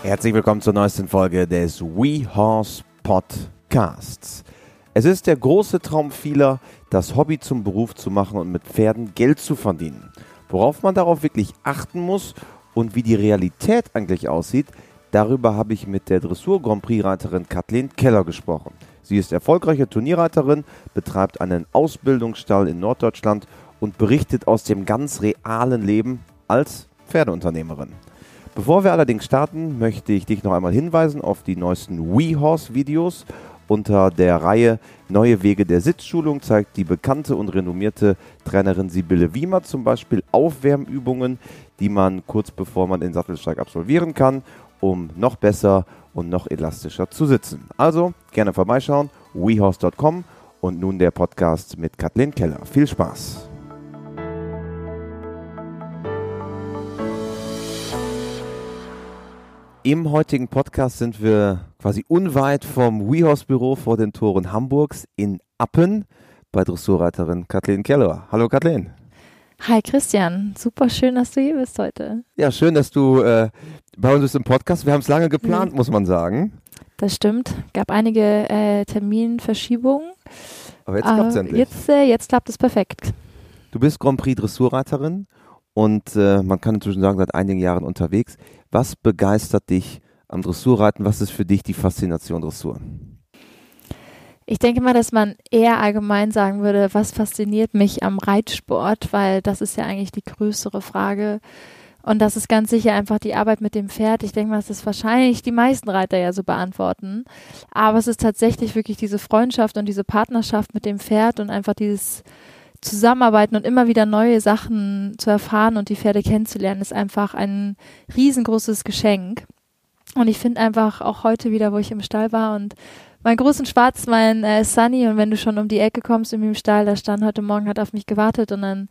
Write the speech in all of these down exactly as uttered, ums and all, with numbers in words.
Herzlich willkommen zur neuesten Folge des WeHorse Podcasts. Es ist der große Traum vieler, das Hobby zum Beruf zu machen und mit Pferden Geld zu verdienen. Worauf man darauf wirklich achten muss und wie die Realität eigentlich aussieht, darüber habe ich mit der Dressur-Grand Prix-Reiterin Kathleen Keller gesprochen. Sie ist erfolgreiche Turnierreiterin, betreibt einen Ausbildungsstall in Norddeutschland und berichtet aus dem ganz realen Leben als Pferdeunternehmerin. Bevor wir allerdings starten, möchte ich dich noch einmal hinweisen auf die neuesten WeHorse-Videos. Unter der Reihe Neue Wege der Sitzschulung zeigt die bekannte und renommierte Trainerin Sibylle Wiemer zum Beispiel Aufwärmübungen, die man kurz bevor man den Sattelsteig absolvieren kann, um noch besser und noch elastischer zu sitzen. Also gerne vorbeischauen, wehorse Punkt com und nun der Podcast mit Kathleen Keller. Viel Spaß! Im heutigen Podcast sind wir quasi unweit vom WeHorse-Büro vor den Toren Hamburgs in Appen bei Dressurreiterin Kathleen Keller. Hallo Kathleen. Hi Christian, super schön, dass du hier bist heute. Ja, schön, dass du äh, bei uns bist im Podcast. Wir haben es lange geplant, mhm. muss man sagen. Das stimmt, gab einige äh, Terminverschiebungen. Aber jetzt klappt es äh, endlich. Jetzt, äh, jetzt klappt es perfekt. Du bist Grand Prix Dressurreiterin und äh, man kann inzwischen sagen, seit einigen Jahren unterwegs. Was begeistert dich am Dressurreiten? Was ist für dich die Faszination Dressur? Ich denke mal, dass man eher allgemein sagen würde, was fasziniert mich am Reitsport, weil das ist ja eigentlich die größere Frage. Und das ist ganz sicher einfach die Arbeit mit dem Pferd. Ich denke mal, das ist wahrscheinlich die meisten Reiter ja so beantworten. Aber es ist tatsächlich wirklich diese Freundschaft und diese Partnerschaft mit dem Pferd und einfach dieses Zusammenarbeiten und immer wieder neue Sachen zu erfahren und die Pferde kennenzulernen, ist einfach ein riesengroßes Geschenk. Und ich finde einfach auch heute wieder, wo ich im Stall war und mein großen Schwarz, mein äh, Sunny, und wenn du schon um die Ecke kommst in dem Stall, da stand heute Morgen, hat auf mich gewartet und dann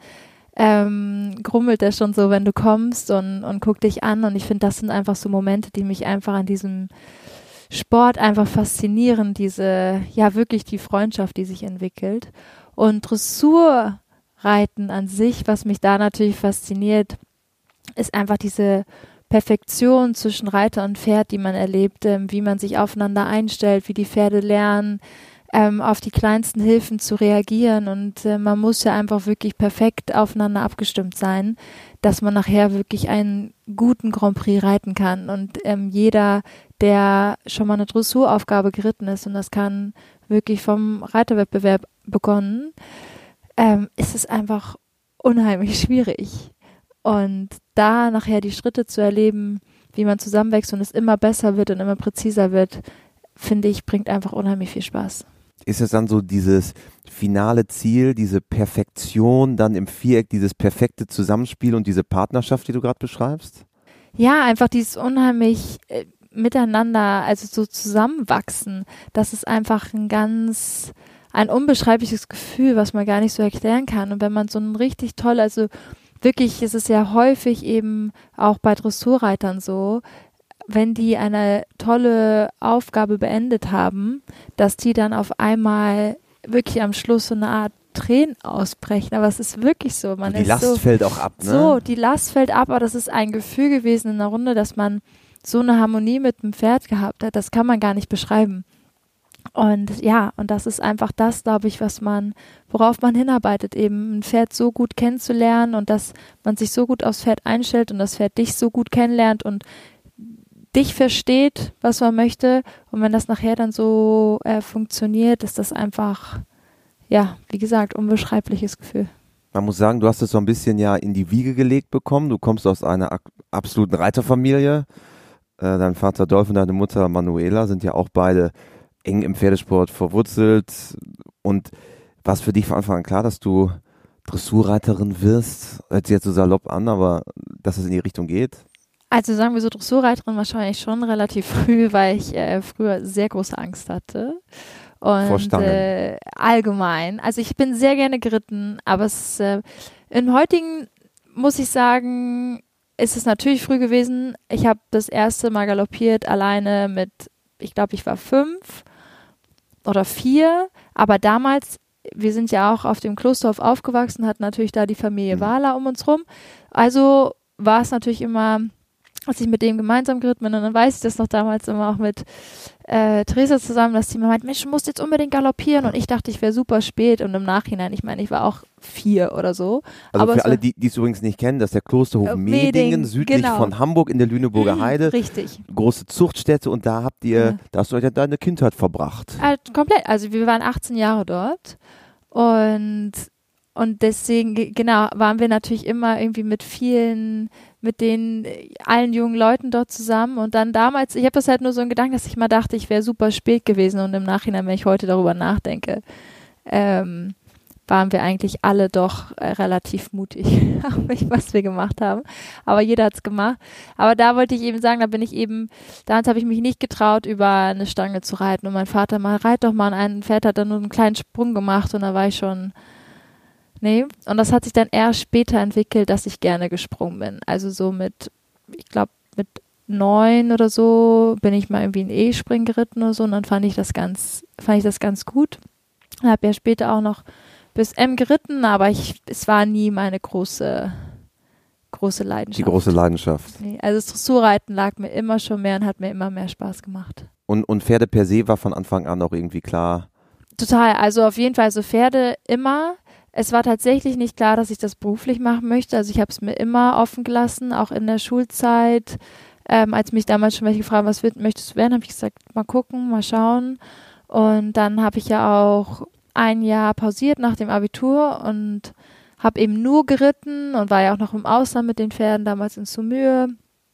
ähm, grummelt er schon so, wenn du kommst und, und guckt dich an. Und ich finde, das sind einfach so Momente, die mich einfach an diesem Sport einfach faszinieren, diese, ja wirklich die Freundschaft, die sich entwickelt. Und Dressurreiten an sich, was mich da natürlich fasziniert, ist einfach diese Perfektion zwischen Reiter und Pferd, die man erlebt, ähm, wie man sich aufeinander einstellt, wie die Pferde lernen, ähm, auf die kleinsten Hilfen zu reagieren. Und äh, man muss ja einfach wirklich perfekt aufeinander abgestimmt sein, dass man nachher wirklich einen guten Grand Prix reiten kann. Und ähm, jeder, der schon mal eine Dressuraufgabe geritten ist, und das kann wirklich vom Reiterwettbewerb begonnen, ähm, ist es einfach unheimlich schwierig. Und da nachher die Schritte zu erleben, wie man zusammenwächst und es immer besser wird und immer präziser wird, finde ich, bringt einfach unheimlich viel Spaß. Ist es dann so dieses finale Ziel, diese Perfektion, dann im Viereck, dieses perfekte Zusammenspiel und diese Partnerschaft, die du gerade beschreibst? Ja, einfach dieses unheimlich äh, miteinander, also so zusammenwachsen, das ist einfach ein ganz, ein unbeschreibliches Gefühl, was man gar nicht so erklären kann. Und wenn man so ein richtig toll, also wirklich ist es ja häufig eben auch bei Dressurreitern so, wenn die eine tolle Aufgabe beendet haben, dass die dann auf einmal wirklich am Schluss so eine Art Tränen ausbrechen, aber es ist wirklich so. Man die ist Last so, fällt auch ab, ne? So, die Last fällt ab, aber das ist ein Gefühl gewesen in der Runde, dass man so eine Harmonie mit dem Pferd gehabt hat, das kann man gar nicht beschreiben. Und ja, und das ist einfach das, glaube ich, was man, worauf man hinarbeitet, eben ein Pferd so gut kennenzulernen und dass man sich so gut aufs Pferd einstellt und das Pferd dich so gut kennenlernt und dich versteht, was man möchte. Und wenn das nachher dann so äh, funktioniert, ist das einfach, ja, wie gesagt, unbeschreibliches Gefühl. Man muss sagen, du hast es so ein bisschen ja in die Wiege gelegt bekommen. Du kommst aus einer ak- absoluten Reiterfamilie. Äh, dein Vater Dolph und deine Mutter Manuela sind ja auch beide eng im Pferdesport verwurzelt. Und war es für dich von Anfang an klar, dass du Dressurreiterin wirst? Hört sich jetzt so salopp an, aber dass es in die Richtung geht? Also sagen wir so, Dressurreiterin wahrscheinlich schon relativ früh, weil ich äh, früher sehr große Angst hatte. Und Vor Stangen. Äh, allgemein. Also ich bin sehr gerne geritten, aber es äh, im heutigen, muss ich sagen, ist es natürlich früh gewesen. Ich habe das erste Mal galoppiert alleine mit, ich glaube, ich war fünf oder vier, aber damals, wir sind ja auch auf dem Klosterhof aufgewachsen, hatten natürlich da die Familie Mhm. Wahler um uns rum. Also war es natürlich immer als ich mit dem gemeinsam geritten bin. Und dann weiß ich das noch damals immer auch mit äh, Theresa zusammen, dass die mir meint, Mensch, du musst jetzt unbedingt galoppieren. Und ich dachte, ich wäre super spät. Und im Nachhinein, ich meine, ich war auch vier oder so. Also aber für alle, die es übrigens nicht kennen, das ist der Klosterhof äh, Medingen, Medingen, südlich genau. von Hamburg in der Lüneburger Heide. Richtig. Große Zuchtstätte und da habt ihr, ja. da hast du euch ja deine Kindheit verbracht. Äh, komplett, also wir waren achtzehn Jahre dort und Und deswegen, genau, waren wir natürlich immer irgendwie mit vielen, mit den allen jungen Leuten dort zusammen. Und dann damals, ich habe das halt nur so einen Gedanken, dass ich mal dachte, ich wäre super spät gewesen. Und im Nachhinein, wenn ich heute darüber nachdenke, ähm, waren wir eigentlich alle doch äh, relativ mutig, was wir gemacht haben. Aber jeder hat's gemacht. Aber da wollte ich eben sagen, da bin ich eben, damals habe ich mich nicht getraut, über eine Stange zu reiten. Und mein Vater mal, reit doch mal an einen Pferd, hat dann nur einen kleinen Sprung gemacht und da war ich schon... Nee, und das hat sich dann eher später entwickelt, dass ich gerne gesprungen bin. Also so mit, ich glaube mit neun oder so bin ich mal irgendwie einen E-Spring geritten oder so und dann fand ich das ganz, fand ich das ganz gut. Ich habe ja später auch noch bis M geritten, aber ich, es war nie meine große, große Leidenschaft. Die große Leidenschaft. Nee, also das Dressurreiten lag mir immer schon mehr und hat mir immer mehr Spaß gemacht. Und, und Pferde per se war von Anfang an auch irgendwie klar? Total, also auf jeden Fall so Pferde immer. Es war tatsächlich nicht klar, dass ich das beruflich machen möchte. Also ich habe es mir immer offen gelassen, auch in der Schulzeit. Ähm, als mich damals schon welche gefragt haben, was wird, möchtest du werden, habe ich gesagt, mal gucken, mal schauen. Und dann habe ich ja auch ein Jahr pausiert nach dem Abitur und habe eben nur geritten und war ja auch noch im Ausland mit den Pferden, damals in Saumur.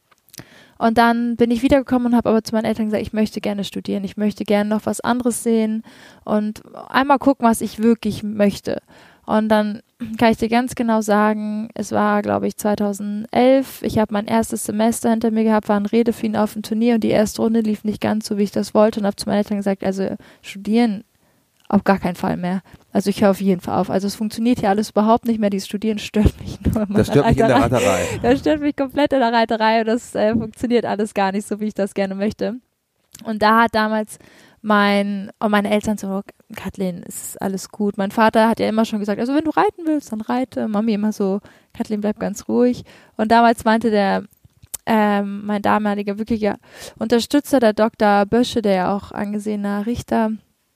Und dann bin ich wiedergekommen und habe aber zu meinen Eltern gesagt, ich möchte gerne studieren, ich möchte gerne noch was anderes sehen und einmal gucken, was ich wirklich möchte. Und dann kann ich dir ganz genau sagen, es war, glaube ich, zweitausendelf. Ich habe mein erstes Semester hinter mir gehabt, war ein Rede für ihn auf dem Turnier und die erste Runde lief nicht ganz so, wie ich das wollte und habe zu meinen Eltern gesagt, also studieren auf gar keinen Fall mehr. Also ich höre auf jeden Fall auf. Also es funktioniert hier alles überhaupt nicht mehr. Dieses Studieren stört mich nur. In das stört mich in der Reiterei. Das stört mich komplett in der Reiterei und das äh, funktioniert alles gar nicht so, wie ich das gerne möchte. Und da hat damals mein, und meine Eltern so, Kathleen, es ist alles gut. Mein Vater hat ja immer schon gesagt, also wenn du reiten willst, dann reite. Mami immer so, Kathleen, bleib ganz ruhig. Und damals meinte der, ähm, mein damaliger wirklicher Unterstützer, der Doktor Bösche, der ja auch angesehener Richter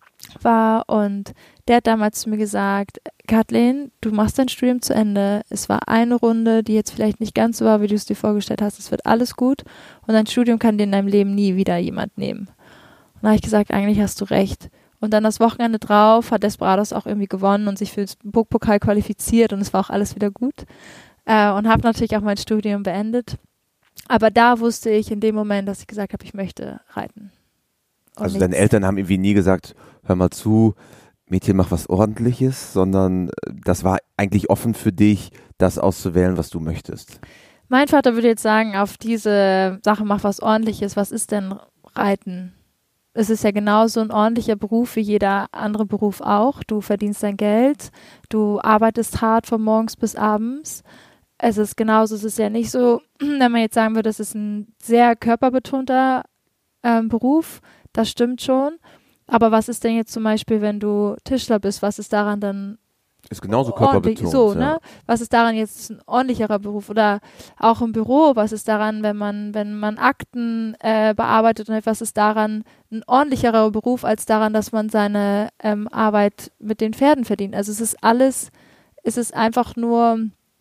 war, und der hat damals zu mir gesagt, Kathleen, du machst dein Studium zu Ende. Es war eine Runde, die jetzt vielleicht nicht ganz so war, wie du es dir vorgestellt hast. Es wird alles gut und dein Studium kann dir in deinem Leben nie wieder jemand nehmen. Und da habe ich gesagt, eigentlich hast du recht. Und dann das Wochenende drauf hat Desperados auch irgendwie gewonnen und sich für das Burgpokal qualifiziert und es war auch alles wieder gut. Äh, und habe natürlich auch mein Studium beendet. Aber da wusste ich in dem Moment, dass ich gesagt habe, ich möchte reiten. Und also nichts. Deine Eltern haben irgendwie nie gesagt, hör mal zu, Mädchen, mach was Ordentliches, sondern das war eigentlich offen für dich, das auszuwählen, was du möchtest. Mein Vater würde jetzt sagen, auf diese Sache, mach was Ordentliches, was ist denn Reiten? Es ist ja genauso ein ordentlicher Beruf wie jeder andere Beruf auch. Du verdienst dein Geld, du arbeitest hart von morgens bis abends. Es ist genauso, es ist ja nicht so, wenn man jetzt sagen würde, es ist ein sehr körperbetonter ähm, Beruf, das stimmt schon. Aber was ist denn jetzt zum Beispiel, wenn du Tischler bist, was ist daran dann ist genauso körperbetont. So, ja. ne? Was ist daran jetzt ein ordentlicherer Beruf? Oder auch im Büro, was ist daran, wenn man, wenn man Akten äh, bearbeitet und was ist daran ein ordentlicherer Beruf als daran, dass man seine ähm, Arbeit mit den Pferden verdient? Also es ist alles, es ist einfach nur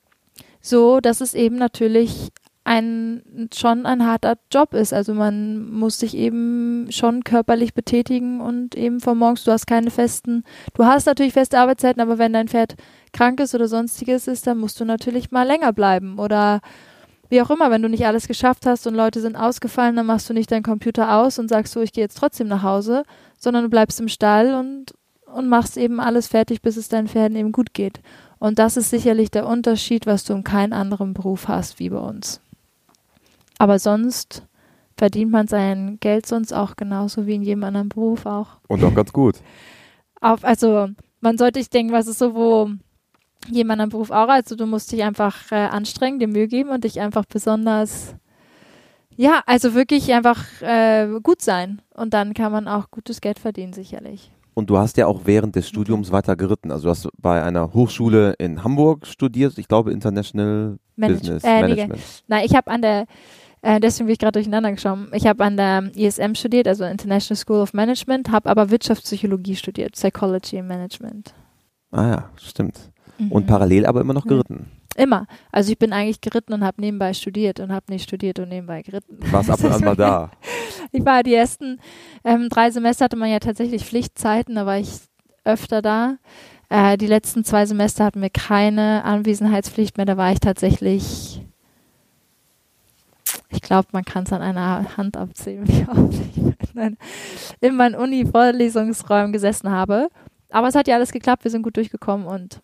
so, dass es eben natürlich ein schon ein harter Job ist. Also man muss sich eben schon körperlich betätigen und eben von morgens, du hast keine festen, du hast natürlich feste Arbeitszeiten, aber wenn dein Pferd krank ist oder sonstiges ist, dann musst du natürlich mal länger bleiben oder wie auch immer, wenn du nicht alles geschafft hast und Leute sind ausgefallen, dann machst du nicht deinen Computer aus und sagst so, ich gehe jetzt trotzdem nach Hause, sondern du bleibst im Stall und, und machst eben alles fertig, bis es deinen Pferden eben gut geht. Und das ist sicherlich der Unterschied, was du in keinem anderen Beruf hast wie bei uns. Aber sonst verdient man sein Geld sonst auch genauso wie in jedem anderen Beruf auch. Und auch ganz gut. Auf, also man sollte, ich denke, was ist so, wo jedem anderen Beruf auch, also du musst dich einfach äh, anstrengen, dir Mühe geben und dich einfach besonders, ja, also wirklich einfach äh, gut sein. Und dann kann man auch gutes Geld verdienen, sicherlich. Und du hast ja auch während des Studiums mhm. weiter geritten. Also du hast bei einer Hochschule in Hamburg studiert, ich glaube International Manage- Business äh, Management. Nee, nein, ich habe an der Äh, deswegen bin ich gerade durcheinander geschoben. Ich habe an der I S M studiert, also International School of Management, habe aber Wirtschaftspsychologie studiert, Psychology and Management. Ah ja, stimmt. Mhm. Und parallel aber immer noch geritten. Immer. Also ich bin eigentlich geritten und habe nebenbei studiert und habe nicht studiert und nebenbei geritten. Warst ab und an mal da? Ich war die ersten ähm, drei Semester hatte man ja tatsächlich Pflichtzeiten, da war ich öfter da. Äh, die letzten zwei Semester hatten wir keine Anwesenheitspflicht mehr, da war ich tatsächlich, ich glaube, man kann es an einer Hand abzählen, wie oft ich in, in meinen Uni-Vorlesungsräumen gesessen habe. Aber es hat ja alles geklappt, wir sind gut durchgekommen und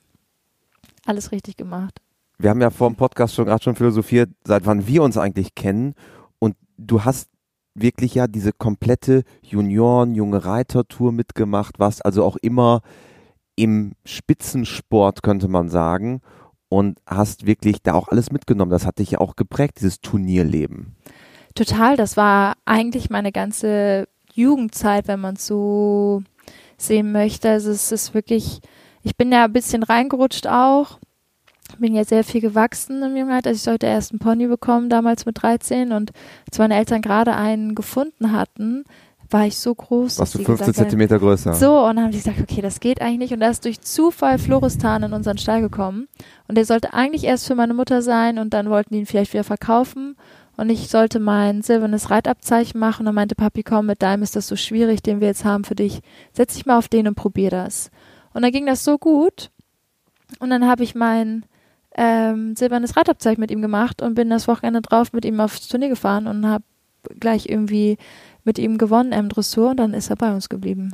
alles richtig gemacht. Wir haben ja vor dem Podcast schon gerade schon philosophiert, seit wann wir uns eigentlich kennen, und du hast wirklich ja diese komplette Junioren-Junge-Reiter-Tour mitgemacht, warst also auch immer im Spitzensport, könnte man sagen, und hast wirklich da auch alles mitgenommen. Das hat dich ja auch geprägt, dieses Turnierleben. Total, das war eigentlich meine ganze Jugendzeit, wenn man es so sehen möchte. Also es ist wirklich, ich bin ja ein bisschen reingerutscht auch, bin ja sehr viel gewachsen im jungen Alter. Also ich sollte erst einen Pony bekommen, damals mit dreizehn, und als meine Eltern gerade einen gefunden hatten, war ich so groß. Warst du fünfzehn Zentimeter größer? So, und dann haben die gesagt, okay, das geht eigentlich nicht. Und da ist durch Zufall Floristan in unseren Stall gekommen. Und der sollte eigentlich erst für meine Mutter sein und dann wollten die ihn vielleicht wieder verkaufen. Und ich sollte mein silbernes Reitabzeichen machen. Und dann meinte Papi, komm, mit deinem ist das so schwierig, den wir jetzt haben für dich. Setz dich mal auf den und probier das. Und dann ging das so gut. Und dann habe ich mein ähm, silbernes Reitabzeichen mit ihm gemacht und bin das Wochenende drauf mit ihm aufs Turnier gefahren und habe gleich irgendwie mit ihm gewonnen im Dressur, und dann ist er bei uns geblieben.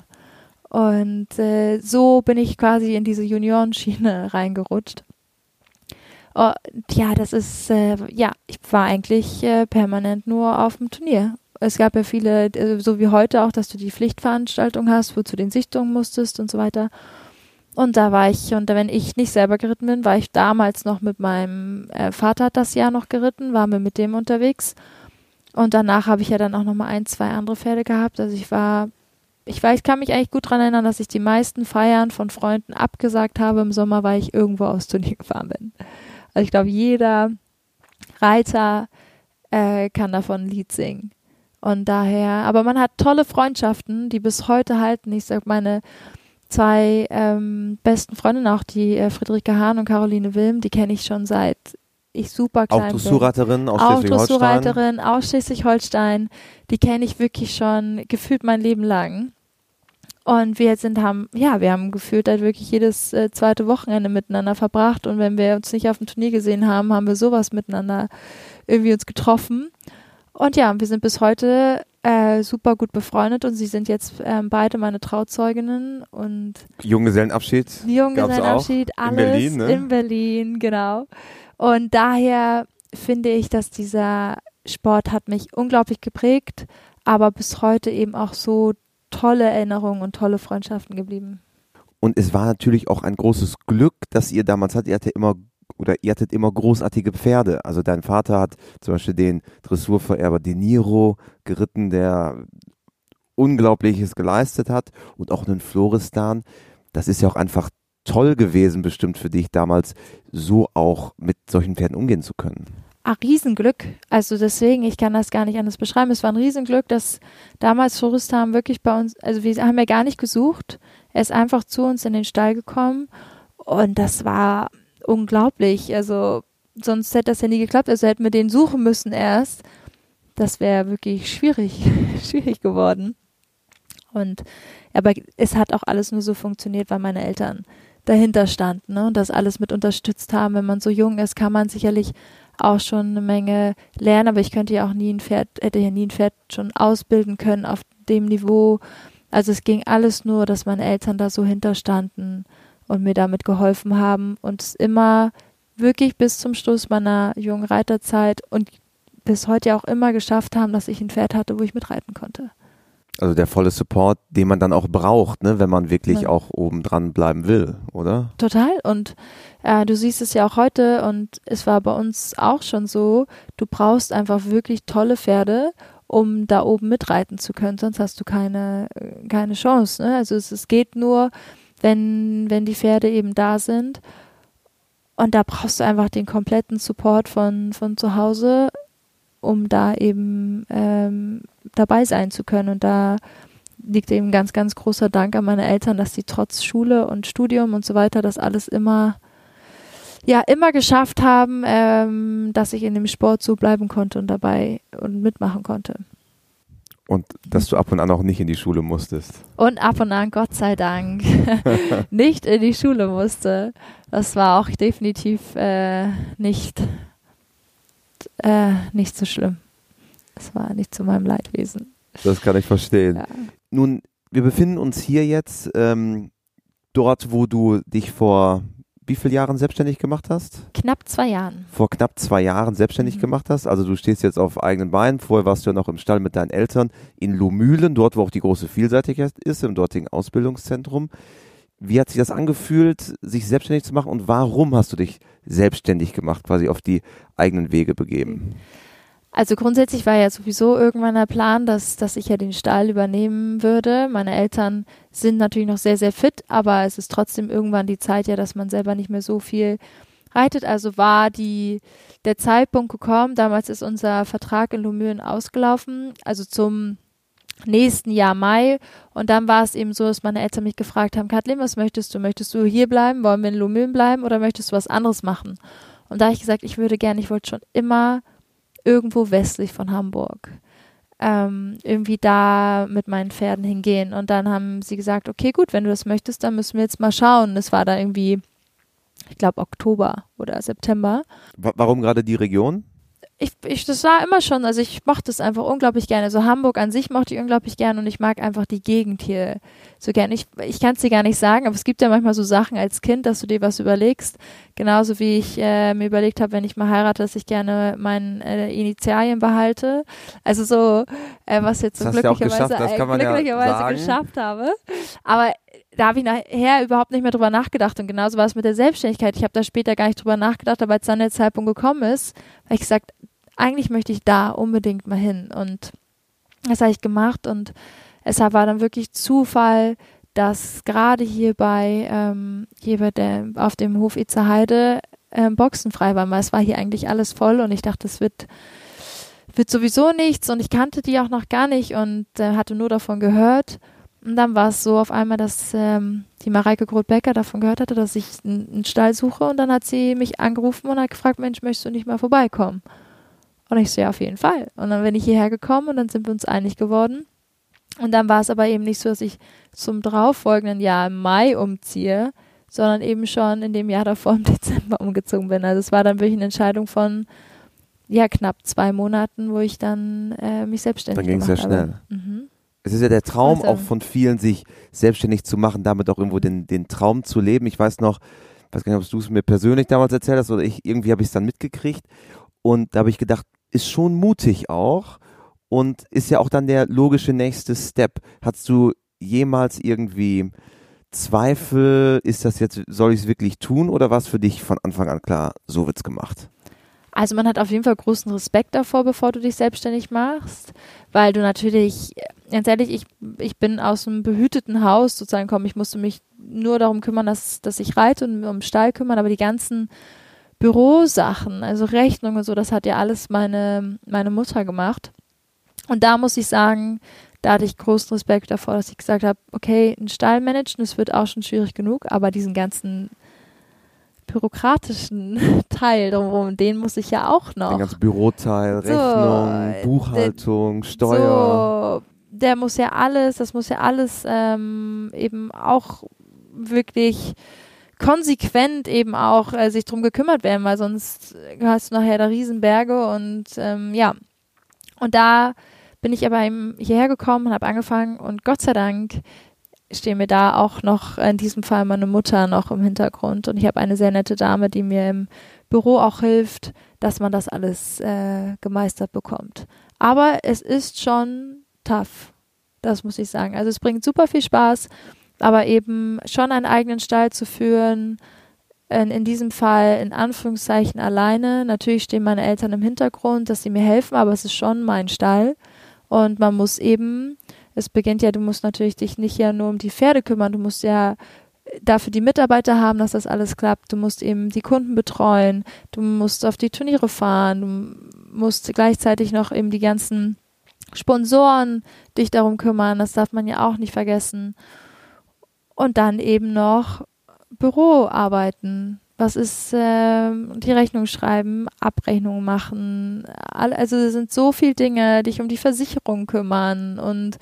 Und äh, so bin ich quasi in diese Juniorenschiene reingerutscht. Oh, ja, das ist, äh, ja, ich war eigentlich äh, permanent nur auf dem Turnier. Es gab ja viele, äh, so wie heute auch, dass du die Pflichtveranstaltung hast, wo du zu den Sichtungen musstest und so weiter. Und da war ich, und wenn ich nicht selber geritten bin, war ich damals noch mit meinem äh, Vater, hat das Jahr noch geritten, waren wir mit dem unterwegs. Und danach habe ich ja dann auch noch mal ein, zwei andere Pferde gehabt. Also ich war, ich weiß, ich kann mich eigentlich gut daran erinnern, dass ich die meisten Feiern von Freunden abgesagt habe im Sommer, weil ich irgendwo aufs Turnier gefahren bin. Also ich glaube, jeder Reiter äh, kann davon ein Lied singen. Und daher, aber man hat tolle Freundschaften, die bis heute halten. Ich sage, meine zwei ähm, besten Freundinnen, auch die äh, Friederike Hahn und Caroline Wilm, die kenne ich schon seit ich super klein auch Dressurreiterin aus auch Schleswig-Holstein. Dressurreiterin aus Schleswig-Holstein. Die kenne ich wirklich schon gefühlt mein Leben lang. Und wir sind haben, ja, wir haben gefühlt halt wirklich jedes äh, zweite Wochenende miteinander verbracht. Und wenn wir uns nicht auf dem Turnier gesehen haben, haben wir sowas miteinander irgendwie uns getroffen. Und ja, wir sind bis heute äh, super gut befreundet, und sie sind jetzt ähm, beide meine Trauzeuginnen. Und Junggesellenabschied. Junggesellenabschied, alles in Berlin, ne? in Berlin, genau. Und daher finde ich, dass dieser Sport hat mich unglaublich geprägt, aber bis heute eben auch so tolle Erinnerungen und tolle Freundschaften geblieben. Und es war natürlich auch ein großes Glück, dass ihr damals hattet, ihr hattet immer, oder ihr hattet immer großartige Pferde. Also dein Vater hat zum Beispiel den Dressurvererber De Niro geritten, der Unglaubliches geleistet hat, und auch einen Floristan. Das ist ja auch einfach toll gewesen, bestimmt für dich damals, so auch mit solchen Pferden umgehen zu können. Ah, Riesenglück. Also deswegen, ich kann das gar nicht anders beschreiben. Es war ein Riesenglück, dass damals Floristan wirklich bei uns, also wir haben ja gar nicht gesucht. Er ist einfach zu uns in den Stall gekommen, und das war unglaublich. Also sonst hätte das ja nie geklappt. Also hätten wir den suchen müssen erst. Das wäre wirklich schwierig, schwierig geworden. Und aber es hat auch alles nur so funktioniert, weil meine Eltern dahinter standen, ne, und das alles mit unterstützt haben. Wenn man so jung ist, kann man sicherlich auch schon eine Menge lernen, aber ich könnte ja auch nie ein Pferd, hätte ja nie ein Pferd schon ausbilden können auf dem Niveau. Also es ging alles nur, dass meine Eltern da so hinterstanden und mir damit geholfen haben und es immer wirklich bis zum Schluss meiner jungen Reiterzeit und bis heute ja auch immer geschafft haben, dass ich ein Pferd hatte, wo ich mitreiten konnte. Also der volle Support, den man dann auch braucht, ne, wenn man wirklich ja. auch oben dran bleiben will, oder? Total. Und äh, du siehst es ja auch heute, und es war bei uns auch schon so, du brauchst einfach wirklich tolle Pferde, um da oben mitreiten zu können, sonst hast du keine, keine Chance. Ne? Also es, es geht nur, wenn, wenn die Pferde eben da sind, und da brauchst du einfach den kompletten Support von, von zu Hause. um da eben ähm, dabei sein zu können. Und da liegt eben ganz, ganz großer Dank an meine Eltern, dass sie trotz Schule und Studium und so weiter das alles immer, ja, immer geschafft haben, ähm, dass ich in dem Sport so bleiben konnte und dabei und mitmachen konnte. Und dass du ab und an auch nicht in die Schule musstest. Und ab und an, Gott sei Dank, nicht in die Schule musste. Das war auch definitiv äh, nicht, äh, nicht so schlimm. Das war nicht zu meinem Leidwesen. Das kann ich verstehen. Ja. Nun, wir befinden uns hier jetzt ähm, dort, wo du dich vor wie vielen Jahren selbstständig gemacht hast? Knapp zwei Jahren. Vor knapp zwei Jahren selbstständig mhm. gemacht hast. Also du stehst jetzt auf eigenen Beinen. Vorher warst du ja noch im Stall mit deinen Eltern in Lohmühlen, dort wo auch die große Vielseitigkeit ist, im dortigen Ausbildungszentrum. Wie hat sich das angefühlt, sich selbstständig zu machen und warum hast du dich selbstständig gemacht, quasi auf die eigenen Wege begeben? Also grundsätzlich war ja sowieso irgendwann der Plan, dass, dass ich ja den Stall übernehmen würde. Meine Eltern sind natürlich noch sehr, sehr fit, aber es ist trotzdem irgendwann die Zeit ja, dass man selber nicht mehr so viel reitet. Also war die, der Zeitpunkt gekommen, damals ist unser Vertrag in Lohmühlen ausgelaufen, also zum nächsten Jahr Mai. Und dann war es eben so, dass meine Eltern mich gefragt haben, Kathleen, was möchtest du? Möchtest du hier bleiben? Wollen wir in Lohmühlen bleiben oder möchtest du was anderes machen? Und da habe ich gesagt, ich würde gerne, ich wollte schon immer irgendwo westlich von Hamburg ähm, irgendwie da mit meinen Pferden hingehen. Und dann haben sie gesagt, okay, gut, wenn du das möchtest, dann müssen wir jetzt mal schauen. Es war da irgendwie, ich glaube, Oktober oder September. Warum gerade die Region? Ich, ich, das war immer schon, also ich mochte es einfach unglaublich gerne. Also Hamburg an sich mochte ich unglaublich gerne und ich mag einfach die Gegend hier so gerne. Ich, ich kann es dir gar nicht sagen, aber es gibt ja manchmal so Sachen als Kind, dass du dir was überlegst. Genauso wie ich äh, mir überlegt habe, wenn ich mal heirate, dass ich gerne meine äh, Initialien behalte. Also so, äh, was jetzt so glücklicherweise, ja äh, glücklicherweise ja geschafft habe. Aber da habe ich nachher überhaupt nicht mehr drüber nachgedacht und genauso war es mit der Selbstständigkeit. Ich habe da später gar nicht drüber nachgedacht, aber als dann der Zeitpunkt gekommen ist, habe ich gesagt, eigentlich möchte ich da unbedingt mal hin und das habe ich gemacht und es war dann wirklich Zufall, dass gerade hier bei, ähm, hier bei der, auf dem Hof Itzerheide ähm, Boxen frei war, weil es war hier eigentlich alles voll und ich dachte, es wird, wird sowieso nichts und ich kannte die auch noch gar nicht und äh, hatte nur davon gehört. Und dann war es so auf einmal, dass ähm, die Mareike Groth-Becker davon gehört hatte, dass ich einen Stall suche und dann hat sie mich angerufen und hat gefragt, Mensch, möchtest du nicht mal vorbeikommen? Und ich so, ja, auf jeden Fall. Und dann bin ich hierher gekommen und dann sind wir uns einig geworden. Und dann war es aber eben nicht so, dass ich zum darauffolgenden Jahr im Mai umziehe, sondern eben schon in dem Jahr davor im Dezember umgezogen bin. Also es war dann wirklich eine Entscheidung von, ja, knapp zwei Monaten, wo ich dann äh, mich selbstständig gemacht habe. Dann ging es ja schnell. Mhm. Es ist ja der Traum also, auch von vielen, sich selbstständig zu machen, damit auch irgendwo den, den Traum zu leben. Ich weiß noch, ich weiß gar nicht, ob du es mir persönlich damals erzählt hast oder ich, irgendwie habe ich es dann mitgekriegt. Und da habe ich gedacht, ist schon mutig auch und ist ja auch dann der logische nächste Step. Hast du jemals irgendwie Zweifel, ist das jetzt, soll ich es wirklich tun oder war es für dich von Anfang an klar, so wird's gemacht? Also man hat auf jeden Fall großen Respekt davor, bevor du dich selbstständig machst, weil du natürlich, ganz ehrlich, ich, ich bin aus einem behüteten Haus sozusagen gekommen, ich musste mich nur darum kümmern, dass, dass ich reite und um den Stall kümmern, aber die ganzen Bürosachen, also Rechnungen und so, das hat ja alles meine, meine Mutter gemacht. Und da muss ich sagen, da hatte ich großen Respekt davor, dass ich gesagt habe, okay, einen Stall managen, das wird auch schon schwierig genug, aber diesen ganzen bürokratischen Teil drumherum, den muss ich ja auch noch. Den ganzen Büroteil, so, Rechnung, Buchhaltung, der, Steuer. So, der muss ja alles, das muss ja alles ähm, eben auch wirklich konsequent eben auch äh, sich drum gekümmert werden, weil sonst hast du nachher da Riesenberge und ähm, ja. Und da bin ich aber eben hierher gekommen und habe angefangen und Gott sei Dank stehen mir da auch noch in diesem Fall meine Mutter noch im Hintergrund und ich habe eine sehr nette Dame, die mir im Büro auch hilft, dass man das alles äh, gemeistert bekommt. Aber es ist schon tough, das muss ich sagen. Also es bringt super viel Spaß, aber eben schon einen eigenen Stall zu führen, in, in diesem Fall in Anführungszeichen alleine. Natürlich stehen meine Eltern im Hintergrund, dass sie mir helfen, aber es ist schon mein Stall und man muss eben, es beginnt ja, du musst natürlich dich nicht ja nur um die Pferde kümmern, du musst ja dafür die Mitarbeiter haben, dass das alles klappt. Du musst eben die Kunden betreuen, du musst auf die Turniere fahren, du musst gleichzeitig noch eben die ganzen Sponsoren dich darum kümmern, das darf man ja auch nicht vergessen. Und dann eben noch Büroarbeiten. Was ist äh, die Rechnung schreiben, Abrechnung machen, also es sind so viele Dinge, dich um die Versicherung kümmern und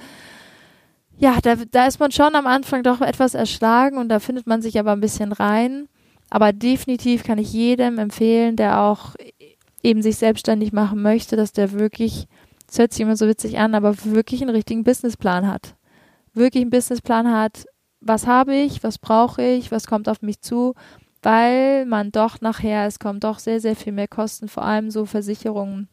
ja, da, da ist man schon am Anfang doch etwas erschlagen und da findet man sich aber ein bisschen rein, aber definitiv kann ich jedem empfehlen, der auch eben sich selbstständig machen möchte, dass der wirklich, das hört sich immer so witzig an, aber wirklich einen richtigen Businessplan hat, wirklich einen Businessplan hat, was habe ich, was brauche ich, was kommt auf mich zu, weil man doch nachher, es kommt doch sehr, sehr viel mehr Kosten, vor allem so Versicherungen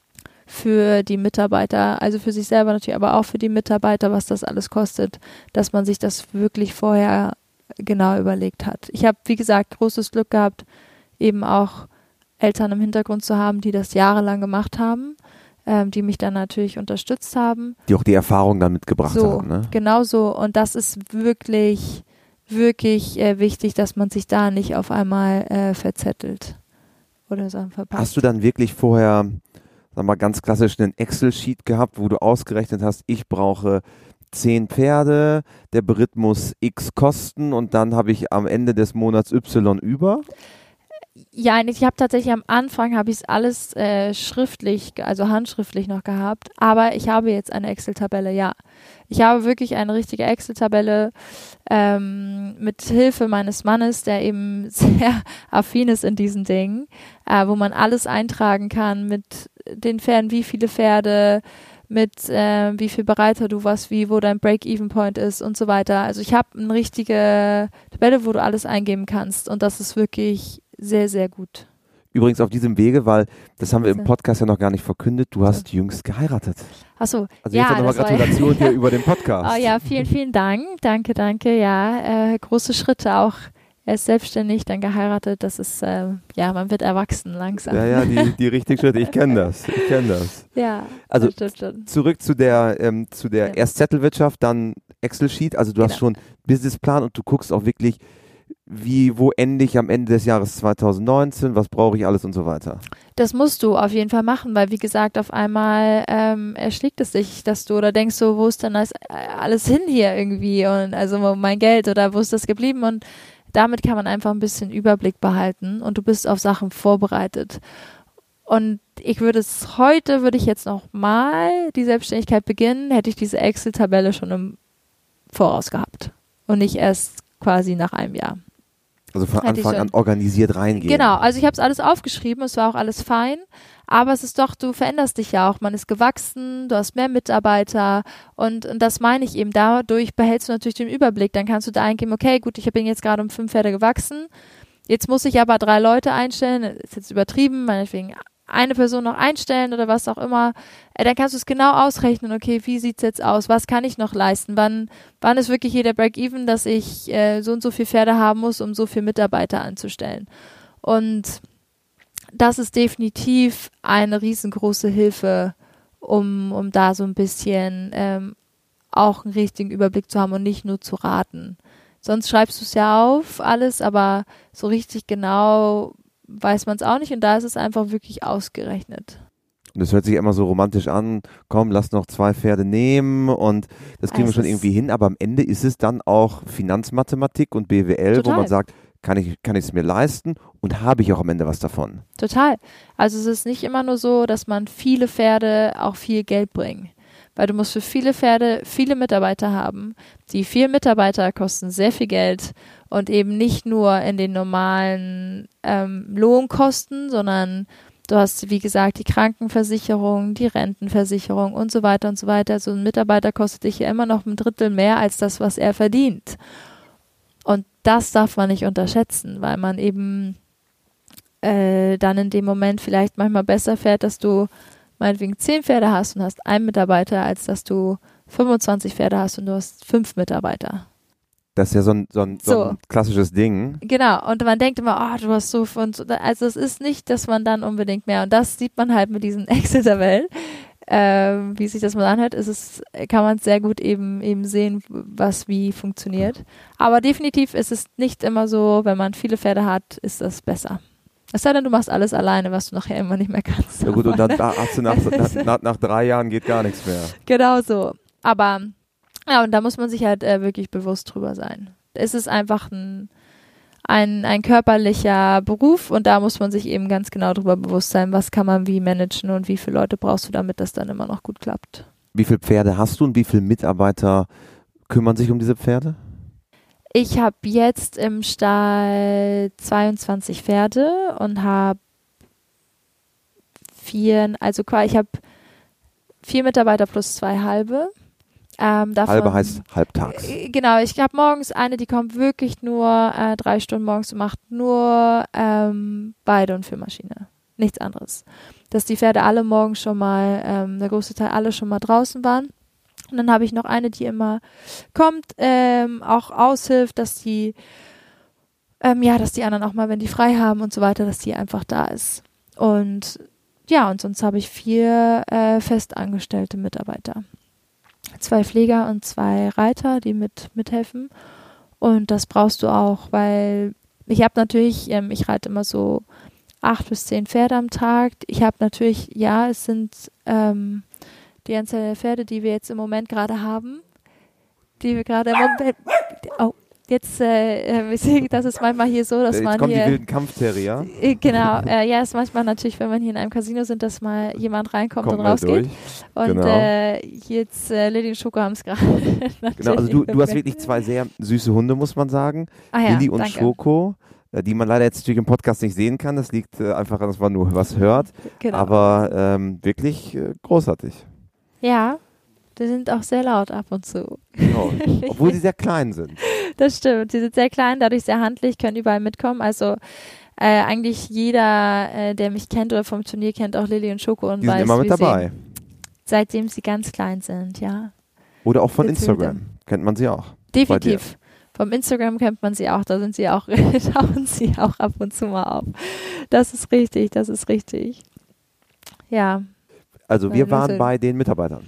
für die Mitarbeiter, also für sich selber natürlich, aber auch für die Mitarbeiter, was das alles kostet, dass man sich das wirklich vorher genau überlegt hat. Ich habe, wie gesagt, großes Glück gehabt, eben auch Eltern im Hintergrund zu haben, die das jahrelang gemacht haben, ähm, die mich dann natürlich unterstützt haben. Die auch die Erfahrung dann mitgebracht so, haben. Ne? Genau so. Und das ist wirklich, wirklich äh, wichtig, dass man sich da nicht auf einmal äh, verzettelt oder so verpasst. Hast du dann wirklich vorher, sag mal ganz klassisch, einen Excel-Sheet gehabt, wo du ausgerechnet hast, ich brauche zehn Pferde, der Beritt muss X kosten und dann habe ich am Ende des Monats Y über? Ja, ich habe tatsächlich am Anfang habe ich es alles äh, schriftlich, also handschriftlich noch gehabt, aber ich habe jetzt eine Excel-Tabelle, ja. Ich habe wirklich eine richtige Excel-Tabelle ähm, mit Hilfe meines Mannes, der eben sehr affin ist in diesen Dingen, äh, wo man alles eintragen kann mit den Pferden, wie viele Pferde, mit äh, wie viel Bereiter du was, wie, wo dein Break-Even-Point ist und so weiter. Also ich habe eine richtige Tabelle, wo du alles eingeben kannst und das ist wirklich sehr, sehr gut. Übrigens auf diesem Wege, weil das haben wir im Podcast ja noch gar nicht verkündet, du hast so. jüngst geheiratet. Ach so, also ja. jetzt nochmal Gratulation hier über den Podcast. Oh ja, vielen, vielen Dank. Danke, danke, ja. Äh, große Schritte auch. Er ist selbstständig, dann geheiratet. Das ist, äh, ja, man wird erwachsen langsam. Ja, ja, die, die richtigen Schritte. Ich kenne das. Ich kenne das. Ja, also das stimmt schon. Zurück zu der, ähm, zu der ja. erst Zettelwirtschaft, dann Excel-Sheet. Also du genau. hast schon Businessplan und du guckst auch wirklich, wie, wo ende ich am Ende des Jahres zwanzig neunzehn, was brauche ich alles und so weiter. Das musst du auf jeden Fall machen, weil wie gesagt, auf einmal ähm, erschlägt es dich, dass du oder denkst so, wo ist denn das alles hin hier irgendwie und also mein Geld oder wo ist das geblieben und damit kann man einfach ein bisschen Überblick behalten und du bist auf Sachen vorbereitet. Und ich würde es heute, würde ich jetzt nochmal die Selbstständigkeit beginnen, hätte ich diese Excel-Tabelle schon im Voraus gehabt und nicht erst quasi nach einem Jahr. Also von Anfang an organisiert reingehen. Genau, also ich habe es alles aufgeschrieben, es war auch alles fein, aber es ist doch, du veränderst dich ja auch, man ist gewachsen, du hast mehr Mitarbeiter und, und das meine ich eben, dadurch behältst du natürlich den Überblick, dann kannst du da eingeben, okay, gut, ich bin jetzt gerade um fünf Pferde gewachsen, jetzt muss ich aber drei Leute einstellen, ist jetzt übertrieben, meinetwegen eine Person noch einstellen oder was auch immer, äh, dann kannst du es genau ausrechnen, okay, wie sieht es jetzt aus, was kann ich noch leisten, wann, wann ist wirklich jeder Break-Even, dass ich äh, so und so viele Pferde haben muss, um so viele Mitarbeiter anzustellen. Und das ist definitiv eine riesengroße Hilfe, um, um da so ein bisschen ähm, auch einen richtigen Überblick zu haben und nicht nur zu raten. Sonst schreibst du es ja auf, alles, aber so richtig genau weiß man es auch nicht und da ist es einfach wirklich ausgerechnet. Und das hört sich immer so romantisch an, komm, lass noch zwei Pferde nehmen und das kriegen also wir schon irgendwie hin, aber am Ende ist es dann auch Finanzmathematik und B W L, total. Wo man sagt, kann ich kann ich es mir leisten und habe ich auch am Ende was davon. Total. Also es ist nicht immer nur so, dass man viele Pferde auch viel Geld bringen. Weil du musst für viele Pferde viele Mitarbeiter haben. Die vielen Mitarbeiter kosten sehr viel Geld und eben nicht nur in den normalen ähm, Lohnkosten, sondern du hast, wie gesagt, die Krankenversicherung, die Rentenversicherung und so weiter und so weiter. So ein Mitarbeiter kostet dich ja immer noch ein Drittel mehr als das, was er verdient. Und das darf man nicht unterschätzen, weil man eben äh, dann in dem Moment vielleicht manchmal besser fährt, dass du meinetwegen zehn Pferde hast und hast einen Mitarbeiter, als dass du fünfundzwanzig Pferde hast und du hast fünf Mitarbeiter. Das ist ja so ein, so ein, so. so ein klassisches Ding. Genau, und man denkt immer, oh, du hast so und so. Also es ist nicht, dass man dann unbedingt mehr, und das sieht man halt mit diesen Excel-Tabellen, äh, wie sich das mal anhört, ist es, kann man sehr gut eben, eben sehen, was wie funktioniert. Aber definitiv ist es nicht immer so, wenn man viele Pferde hat, ist das besser. Es sei denn, du machst alles alleine, was du nachher immer nicht mehr kannst. Ja gut, und dann hast du nach, nach, nach, nach drei Jahren geht gar nichts mehr. Genau so. Aber ja, und da muss man sich halt äh, wirklich bewusst drüber sein. Es ist einfach ein, ein, ein körperlicher Beruf und da muss man sich eben ganz genau drüber bewusst sein, was kann man wie managen und wie viele Leute brauchst du, damit das dann immer noch gut klappt. Wie viele Pferde hast du und wie viele Mitarbeiter kümmern sich um diese Pferde? Ich habe jetzt im Stall zweiundzwanzig Pferde und habe vier, also ich habe vier Mitarbeiter plus zwei halbe. Ähm, davon, halbe heißt halbtags. Äh, genau, ich habe morgens eine, die kommt wirklich nur äh, drei Stunden morgens und macht nur ähm, Weide und Führmaschine. Nichts anderes. Dass die Pferde alle morgens schon mal, ähm, der große Teil alle schon mal draußen waren. Und dann habe ich noch eine, die immer kommt, ähm, auch aushilft, dass die, ähm, ja, dass die anderen auch mal, wenn die frei haben und so weiter, dass die einfach da ist. Und ja, und sonst habe ich vier äh, festangestellte Mitarbeiter. Zwei Pfleger und zwei Reiter, die mit mithelfen. Und das brauchst du auch, weil ich habe natürlich, ähm, ich reite immer so acht bis zehn Pferde am Tag. Ich habe natürlich, ja, es sind ähm, die Anzahl der Pferde, die wir jetzt im Moment gerade haben, die wir gerade im Moment, oh, jetzt, äh, das ist manchmal hier so, dass jetzt man kommen hier, die wilden Kampfterrier. Äh, genau, äh, ja, ist manchmal natürlich, wenn man hier in einem Casino sind, dass mal jemand reinkommt Kommt und rausgeht. durch. Und genau. äh, jetzt, äh, Lilly und Schoko haben es gerade. Genau, also du, du hast wirklich zwei sehr süße Hunde, muss man sagen. Ah, ja, Lilly und danke. Schoko, äh, die man leider jetzt natürlich im Podcast nicht sehen kann. Das liegt äh, einfach daran, dass man nur was hört. Genau. Aber ähm, wirklich äh, großartig. Ja, die sind auch sehr laut ab und zu. Genau. Obwohl sie sehr klein sind. Das stimmt, die sind sehr klein, dadurch sehr handlich, können überall mitkommen. Also äh, eigentlich jeder, äh, der mich kennt oder vom Turnier kennt, auch Lilly und Schoko und Die weiß, sind immer mit wie dabei. Sie, seitdem sie ganz klein sind, ja. Oder auch von Jetzt Instagram. wieder. Kennt man sie auch. Definitiv. Vom Instagram kennt man sie auch, da sind sie auch, tauchen sie auch ab und zu mal auf. Das ist richtig, das ist richtig. Ja. Also wir waren bei den Mitarbeitern.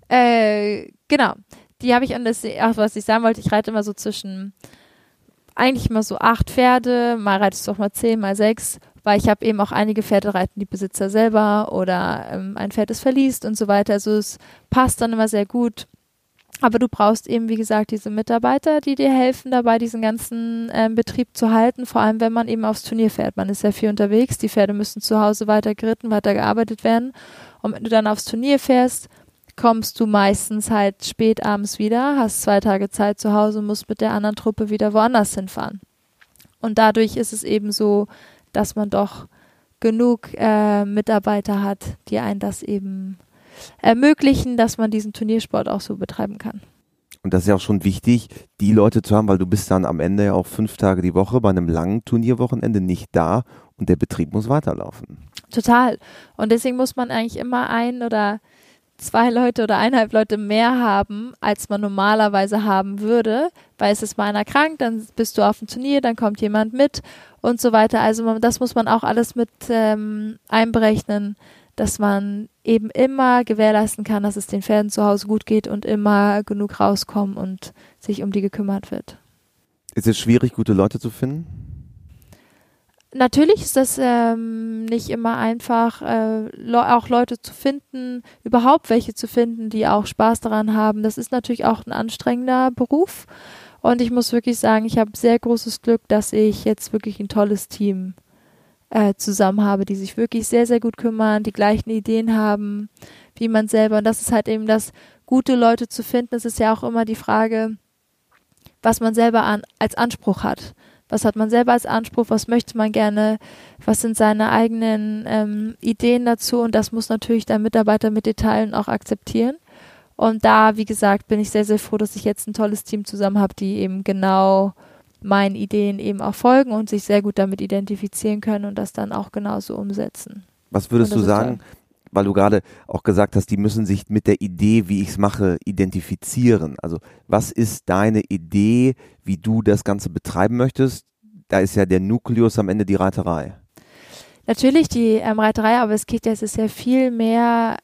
Äh, genau. Die habe ich, und das, auch was ich sagen wollte, ich reite immer so zwischen, eigentlich immer so acht Pferde, mal reitest du auch mal zehn, mal sechs, weil ich habe eben auch einige Pferde reiten die Besitzer selber oder ähm, ein Pferd ist verliest und so weiter. Also es passt dann immer sehr gut. Aber du brauchst eben, wie gesagt, diese Mitarbeiter, die dir helfen dabei, diesen ganzen ähm, Betrieb zu halten, vor allem wenn man eben aufs Turnier fährt. Man ist sehr viel unterwegs, die Pferde müssen zu Hause weiter geritten, weiter gearbeitet werden. Und wenn du dann aufs Turnier fährst, kommst du meistens halt spät abends wieder, hast zwei Tage Zeit zu Hause und musst mit der anderen Truppe wieder woanders hinfahren. Und dadurch ist es eben so, dass man doch genug äh, Mitarbeiter hat, die einen das eben ermöglichen, dass man diesen Turniersport auch so betreiben kann. Und das ist ja auch schon wichtig, die Leute zu haben, weil du bist dann am Ende ja auch fünf Tage die Woche bei einem langen Turnierwochenende nicht da und der Betrieb muss weiterlaufen. Total. Und deswegen muss man eigentlich immer ein oder zwei Leute oder eineinhalb Leute mehr haben, als man normalerweise haben würde, weil es ist mal einer krank, dann bist du auf dem Turnier, dann kommt jemand mit und so weiter. Also man, das muss man auch alles mit ähm, einberechnen, dass man eben immer gewährleisten kann, dass es den Pferden zu Hause gut geht und immer genug rauskommen und sich um die gekümmert wird. Ist es schwierig, gute Leute zu finden? Natürlich ist das ähm, nicht immer einfach, äh, le- auch Leute zu finden, überhaupt welche zu finden, die auch Spaß daran haben. Das ist natürlich auch ein anstrengender Beruf. Und ich muss wirklich sagen, ich habe sehr großes Glück, dass ich jetzt wirklich ein tolles Team äh, zusammen habe, die sich wirklich sehr, sehr gut kümmern, die gleichen Ideen haben wie man selber. Und das ist halt eben das, gute Leute zu finden. Es ist ja auch immer die Frage, was man selber an, als Anspruch hat. Was hat man selber als Anspruch, was möchte man gerne, was sind seine eigenen ähm, Ideen dazu, und das muss natürlich der Mitarbeiter mit Detailen auch akzeptieren. Und da, wie gesagt, bin ich sehr, sehr froh, dass ich jetzt ein tolles Team zusammen habe, die eben genau meinen Ideen eben auch folgen und sich sehr gut damit identifizieren können und das dann auch genauso umsetzen. Was würdest du sagen, weil du gerade auch gesagt hast, die müssen sich mit der Idee, wie ich es mache, identifizieren. Also was ist deine Idee, wie du das Ganze betreiben möchtest? Da ist ja der Nukleus am Ende die Reiterei. Natürlich die ähm, Reiterei, aber es geht ja, es ist ja viel mehr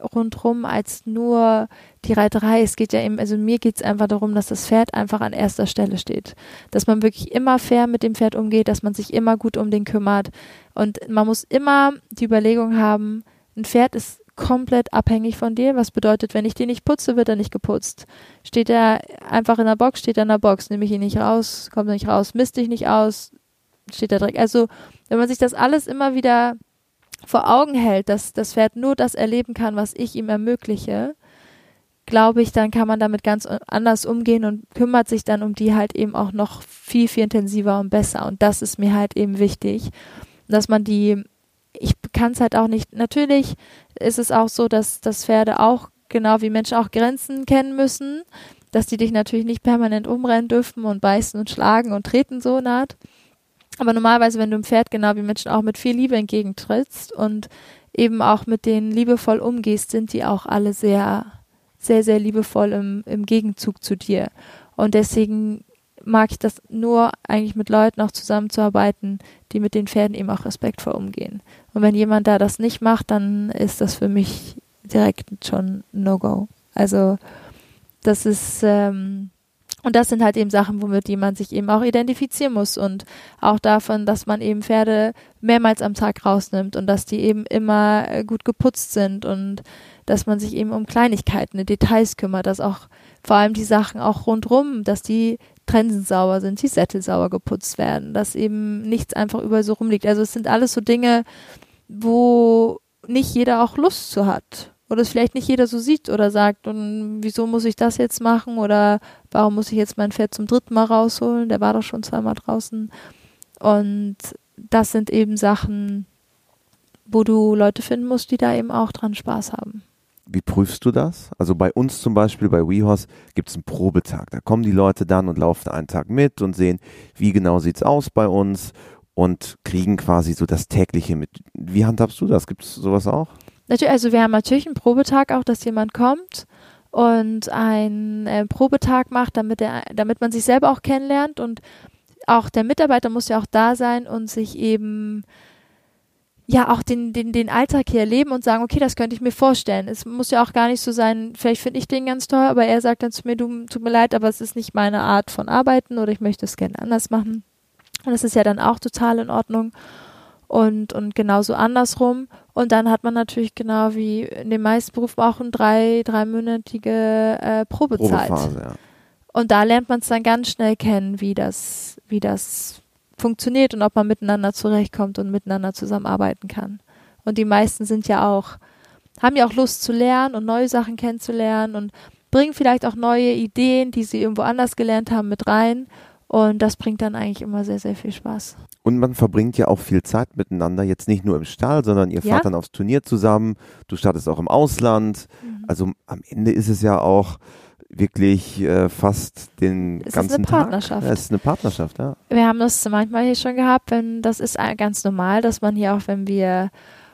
rundrum als nur die Reiterei. Es geht ja eben, also mir geht es einfach darum, dass das Pferd einfach an erster Stelle steht. Dass man wirklich immer fair mit dem Pferd umgeht, dass man sich immer gut um den kümmert. Und man muss immer die Überlegung haben, ein Pferd ist komplett abhängig von dir. Was bedeutet, wenn ich den nicht putze, wird er nicht geputzt. Steht er einfach in der Box, steht er in der Box. Nehme ich ihn nicht raus, kommt er nicht raus, misst ich nicht aus, steht er direkt. Also wenn man sich das alles immer wieder vor Augen hält, dass das Pferd nur das erleben kann, was ich ihm ermögliche, glaube ich, dann kann man damit ganz anders umgehen und kümmert sich dann um die halt eben auch noch viel, viel intensiver und besser. Und das ist mir halt eben wichtig, dass man die, ich kann es halt auch nicht, natürlich ist es auch so, dass, dass Pferde auch, genau wie Menschen auch Grenzen kennen müssen, dass die dich natürlich nicht permanent umrennen dürfen und beißen und schlagen und treten so eine Art. Aber normalerweise, wenn du dem Pferd genau wie Menschen auch mit viel Liebe entgegentrittst und eben auch mit denen liebevoll umgehst, sind die auch alle sehr, sehr, sehr liebevoll im, im Gegenzug zu dir. Und deswegen mag ich das nur eigentlich mit Leuten auch zusammenzuarbeiten, die mit den Pferden eben auch respektvoll umgehen. Und wenn jemand da das nicht macht, dann ist das für mich direkt schon No-Go. Also das ist, ähm, und das sind halt eben Sachen, womit jemand sich eben auch identifizieren muss und auch davon, dass man eben Pferde mehrmals am Tag rausnimmt und dass die eben immer gut geputzt sind und dass man sich eben um Kleinigkeiten, Details kümmert, dass auch vor allem die Sachen auch rundrum, dass die Trensen sauber sind, die Sättel sauber geputzt werden, dass eben nichts einfach überall so rumliegt. Also es sind alles so Dinge, wo nicht jeder auch Lust zu hat oder es vielleicht nicht jeder so sieht oder sagt, und wieso muss ich das jetzt machen oder warum muss ich jetzt mein Pferd zum dritten Mal rausholen, der war doch schon zweimal draußen. Und das sind eben Sachen, wo du Leute finden musst, die da eben auch dran Spaß haben. Wie prüfst du das? Also bei uns zum Beispiel, bei WeHorse, gibt es einen Probetag. Da kommen die Leute dann und laufen einen Tag mit und sehen, wie genau sieht es aus bei uns und kriegen quasi so das tägliche mit. Wie handhabst du das? Gibt es sowas auch? Natürlich, also wir haben natürlich einen Probetag auch, dass jemand kommt und einen äh, Probetag macht, damit, er, damit man sich selber auch kennenlernt und auch der Mitarbeiter muss ja auch da sein und sich eben ja auch den, den, den Alltag hier erleben und sagen, okay, das könnte ich mir vorstellen. Es muss ja auch gar nicht so sein, vielleicht finde ich den ganz toll, aber er sagt dann zu mir, du, tut mir leid, aber es ist nicht meine Art von Arbeiten oder ich möchte es gerne anders machen. Und das ist ja dann auch total in Ordnung und, und genauso andersrum. Und dann hat man natürlich genau wie in den meisten Berufen auch eine drei, dreimonatige äh, Probezeit. Probephase, ja. Und da lernt man es dann ganz schnell kennen, wie das, wie das funktioniert und ob man miteinander zurechtkommt und miteinander zusammenarbeiten kann. Und die meisten sind ja auch, haben ja auch Lust zu lernen und neue Sachen kennenzulernen und bringen vielleicht auch neue Ideen, die sie irgendwo anders gelernt haben, mit rein. Und das bringt dann eigentlich immer sehr, sehr viel Spaß. Und man verbringt ja auch viel Zeit miteinander, jetzt nicht nur im Stall, sondern ihr Ja. fahrt dann aufs Turnier zusammen, du startest auch im Ausland. Mhm. Also am Ende ist es ja auch wirklich äh, fast den Es ist ganzen eine Tag. Partnerschaft. Ja, es ist eine Partnerschaft, ja. Wir haben das manchmal hier schon gehabt, wenn das ist ganz normal, dass man hier auch, wenn wir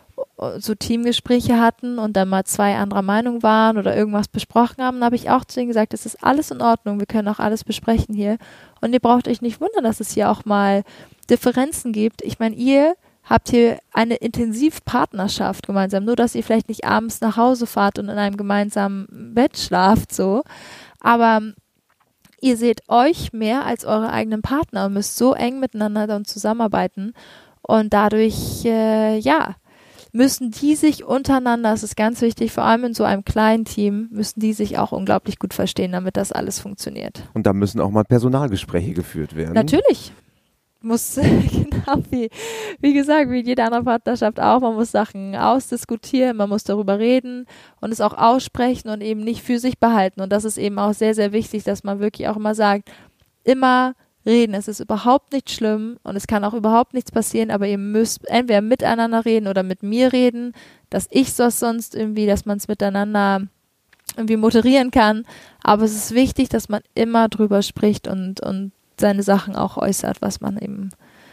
so Teamgespräche hatten und dann mal zwei anderer Meinung waren oder irgendwas besprochen haben, habe ich auch zu ihnen gesagt, es ist alles in Ordnung, wir können auch alles besprechen hier und ihr braucht euch nicht wundern, dass es hier auch mal Differenzen gibt. Ich meine, ihr habt hier eine Intensivpartnerschaft gemeinsam, nur dass ihr vielleicht nicht abends nach Hause fahrt und in einem gemeinsamen Bett schlaft, so, aber ihr seht euch mehr als eure eigenen Partner und müsst so eng miteinander dann zusammenarbeiten und dadurch, äh, ja, müssen die sich untereinander, das ist ganz wichtig, vor allem in so einem kleinen Team, müssen die sich auch unglaublich gut verstehen, damit das alles funktioniert. Und da müssen auch mal Personalgespräche geführt werden. Natürlich. Muss, genau wie, wie gesagt, wie in jeder anderen Partnerschaft auch, man muss Sachen ausdiskutieren, man muss darüber reden und es auch aussprechen und eben nicht für sich behalten. Und das ist eben auch sehr, sehr wichtig, dass man wirklich auch immer sagt, immer reden. Es ist überhaupt nicht schlimm und es kann auch überhaupt nichts passieren, aber ihr müsst entweder miteinander reden oder mit mir reden, dass ich das sonst irgendwie, dass man es miteinander irgendwie moderieren kann. Aber es ist wichtig, dass man immer drüber spricht und, und seine Sachen auch äußert, was man eben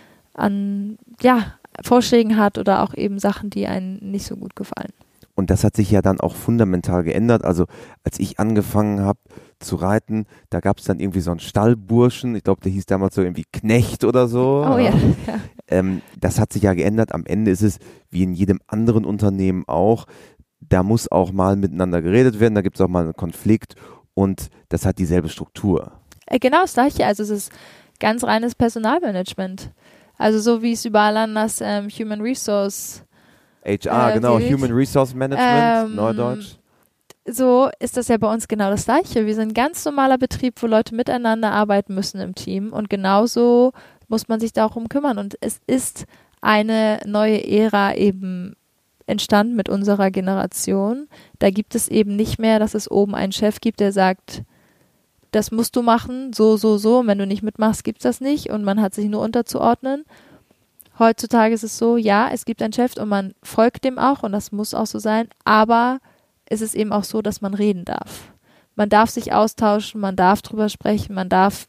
an, ja, Vorschlägen hat oder auch eben Sachen, die einem nicht so gut gefallen. Und das hat sich ja dann auch fundamental geändert. Also als ich angefangen habe zu reiten, da gab es dann irgendwie so einen Stallburschen, ich glaube, der hieß damals so irgendwie Knecht oder so. Oh ja. ja. Ähm, das hat sich ja geändert. Am Ende ist es, wie in jedem anderen Unternehmen auch, da muss auch mal miteinander geredet werden, da gibt es auch mal einen Konflikt und das hat dieselbe Struktur. Äh, genau das Gleiche, also es ist ganz reines Personalmanagement. Also so wie es überall anders ähm, Human Resource H R, äh, genau, gilt. Human Resource Management, Ähm, Neudeutsch. So ist das ja bei uns genau das Gleiche. Wir sind ein ganz normaler Betrieb, wo Leute miteinander arbeiten müssen im Team und genauso muss man sich darum kümmern. Und es ist eine neue Ära eben entstanden mit unserer Generation. Da gibt es eben nicht mehr, dass es oben einen Chef gibt, der sagt, das musst du machen, so, so, so. Und wenn du nicht mitmachst, gibt es das nicht und man hat sich nur unterzuordnen. Heutzutage ist es so, ja, es gibt einen Chef und man folgt dem auch und das muss auch so sein, aber ist es eben auch so, dass man reden darf. Man darf sich austauschen, man darf drüber sprechen, man darf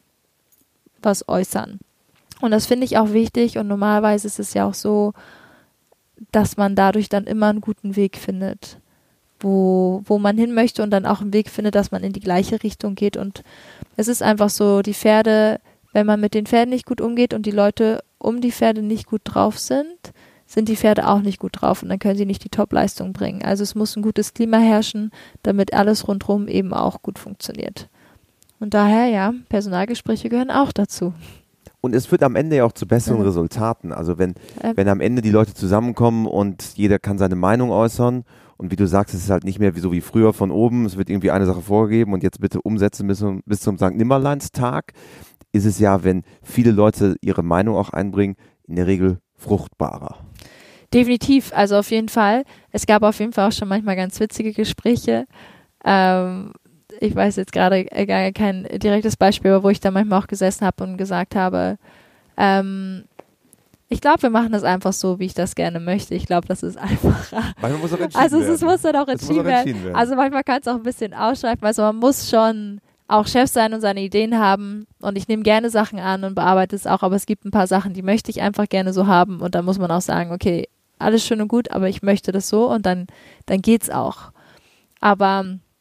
was äußern. Und das finde ich auch wichtig und normalerweise ist es ja auch so, dass man dadurch dann immer einen guten Weg findet, wo, wo man hin möchte und dann auch einen Weg findet, dass man in die gleiche Richtung geht. Und es ist einfach so, die Pferde, wenn man mit den Pferden nicht gut umgeht und die Leute um die Pferde nicht gut drauf sind, sind die Pferde auch nicht gut drauf und dann können sie nicht die Top-Leistung bringen. Also es muss ein gutes Klima herrschen, damit alles rundherum eben auch gut funktioniert. Und daher, ja, Personalgespräche gehören auch dazu. Und es führt am Ende ja auch zu besseren Ja. Resultaten. Also wenn, Ähm, wenn am Ende die Leute zusammenkommen und jeder kann seine Meinung äußern und wie du sagst, es ist halt nicht mehr wie so wie früher von oben, es wird irgendwie eine Sache vorgegeben und jetzt bitte umsetzen bis zum, bis zum Sankt Nimmerleinstag, ist es ja, wenn viele Leute ihre Meinung auch einbringen, in der Regel fruchtbarer. Definitiv, also auf jeden Fall. Es gab auf jeden Fall auch schon manchmal ganz witzige Gespräche. Ähm, ich weiß jetzt gerade gar kein direktes Beispiel, aber wo ich da manchmal auch gesessen habe und gesagt habe, ähm, ich glaube, wir machen das einfach so, wie ich das gerne möchte. Ich glaube, das ist einfacher. Manchmal muss auch entschieden Also es werden. muss dann auch Es muss entschieden auch werden. entschieden werden. Also manchmal kann es auch ein bisschen ausschweifen. Also man muss schon auch Chef sein und seine Ideen haben. Und ich nehme gerne Sachen an und bearbeite es auch, aber es gibt ein paar Sachen, die möchte ich einfach gerne so haben. Und da muss man auch sagen, okay, alles schön und gut, aber ich möchte das so und dann, dann geht's auch. Aber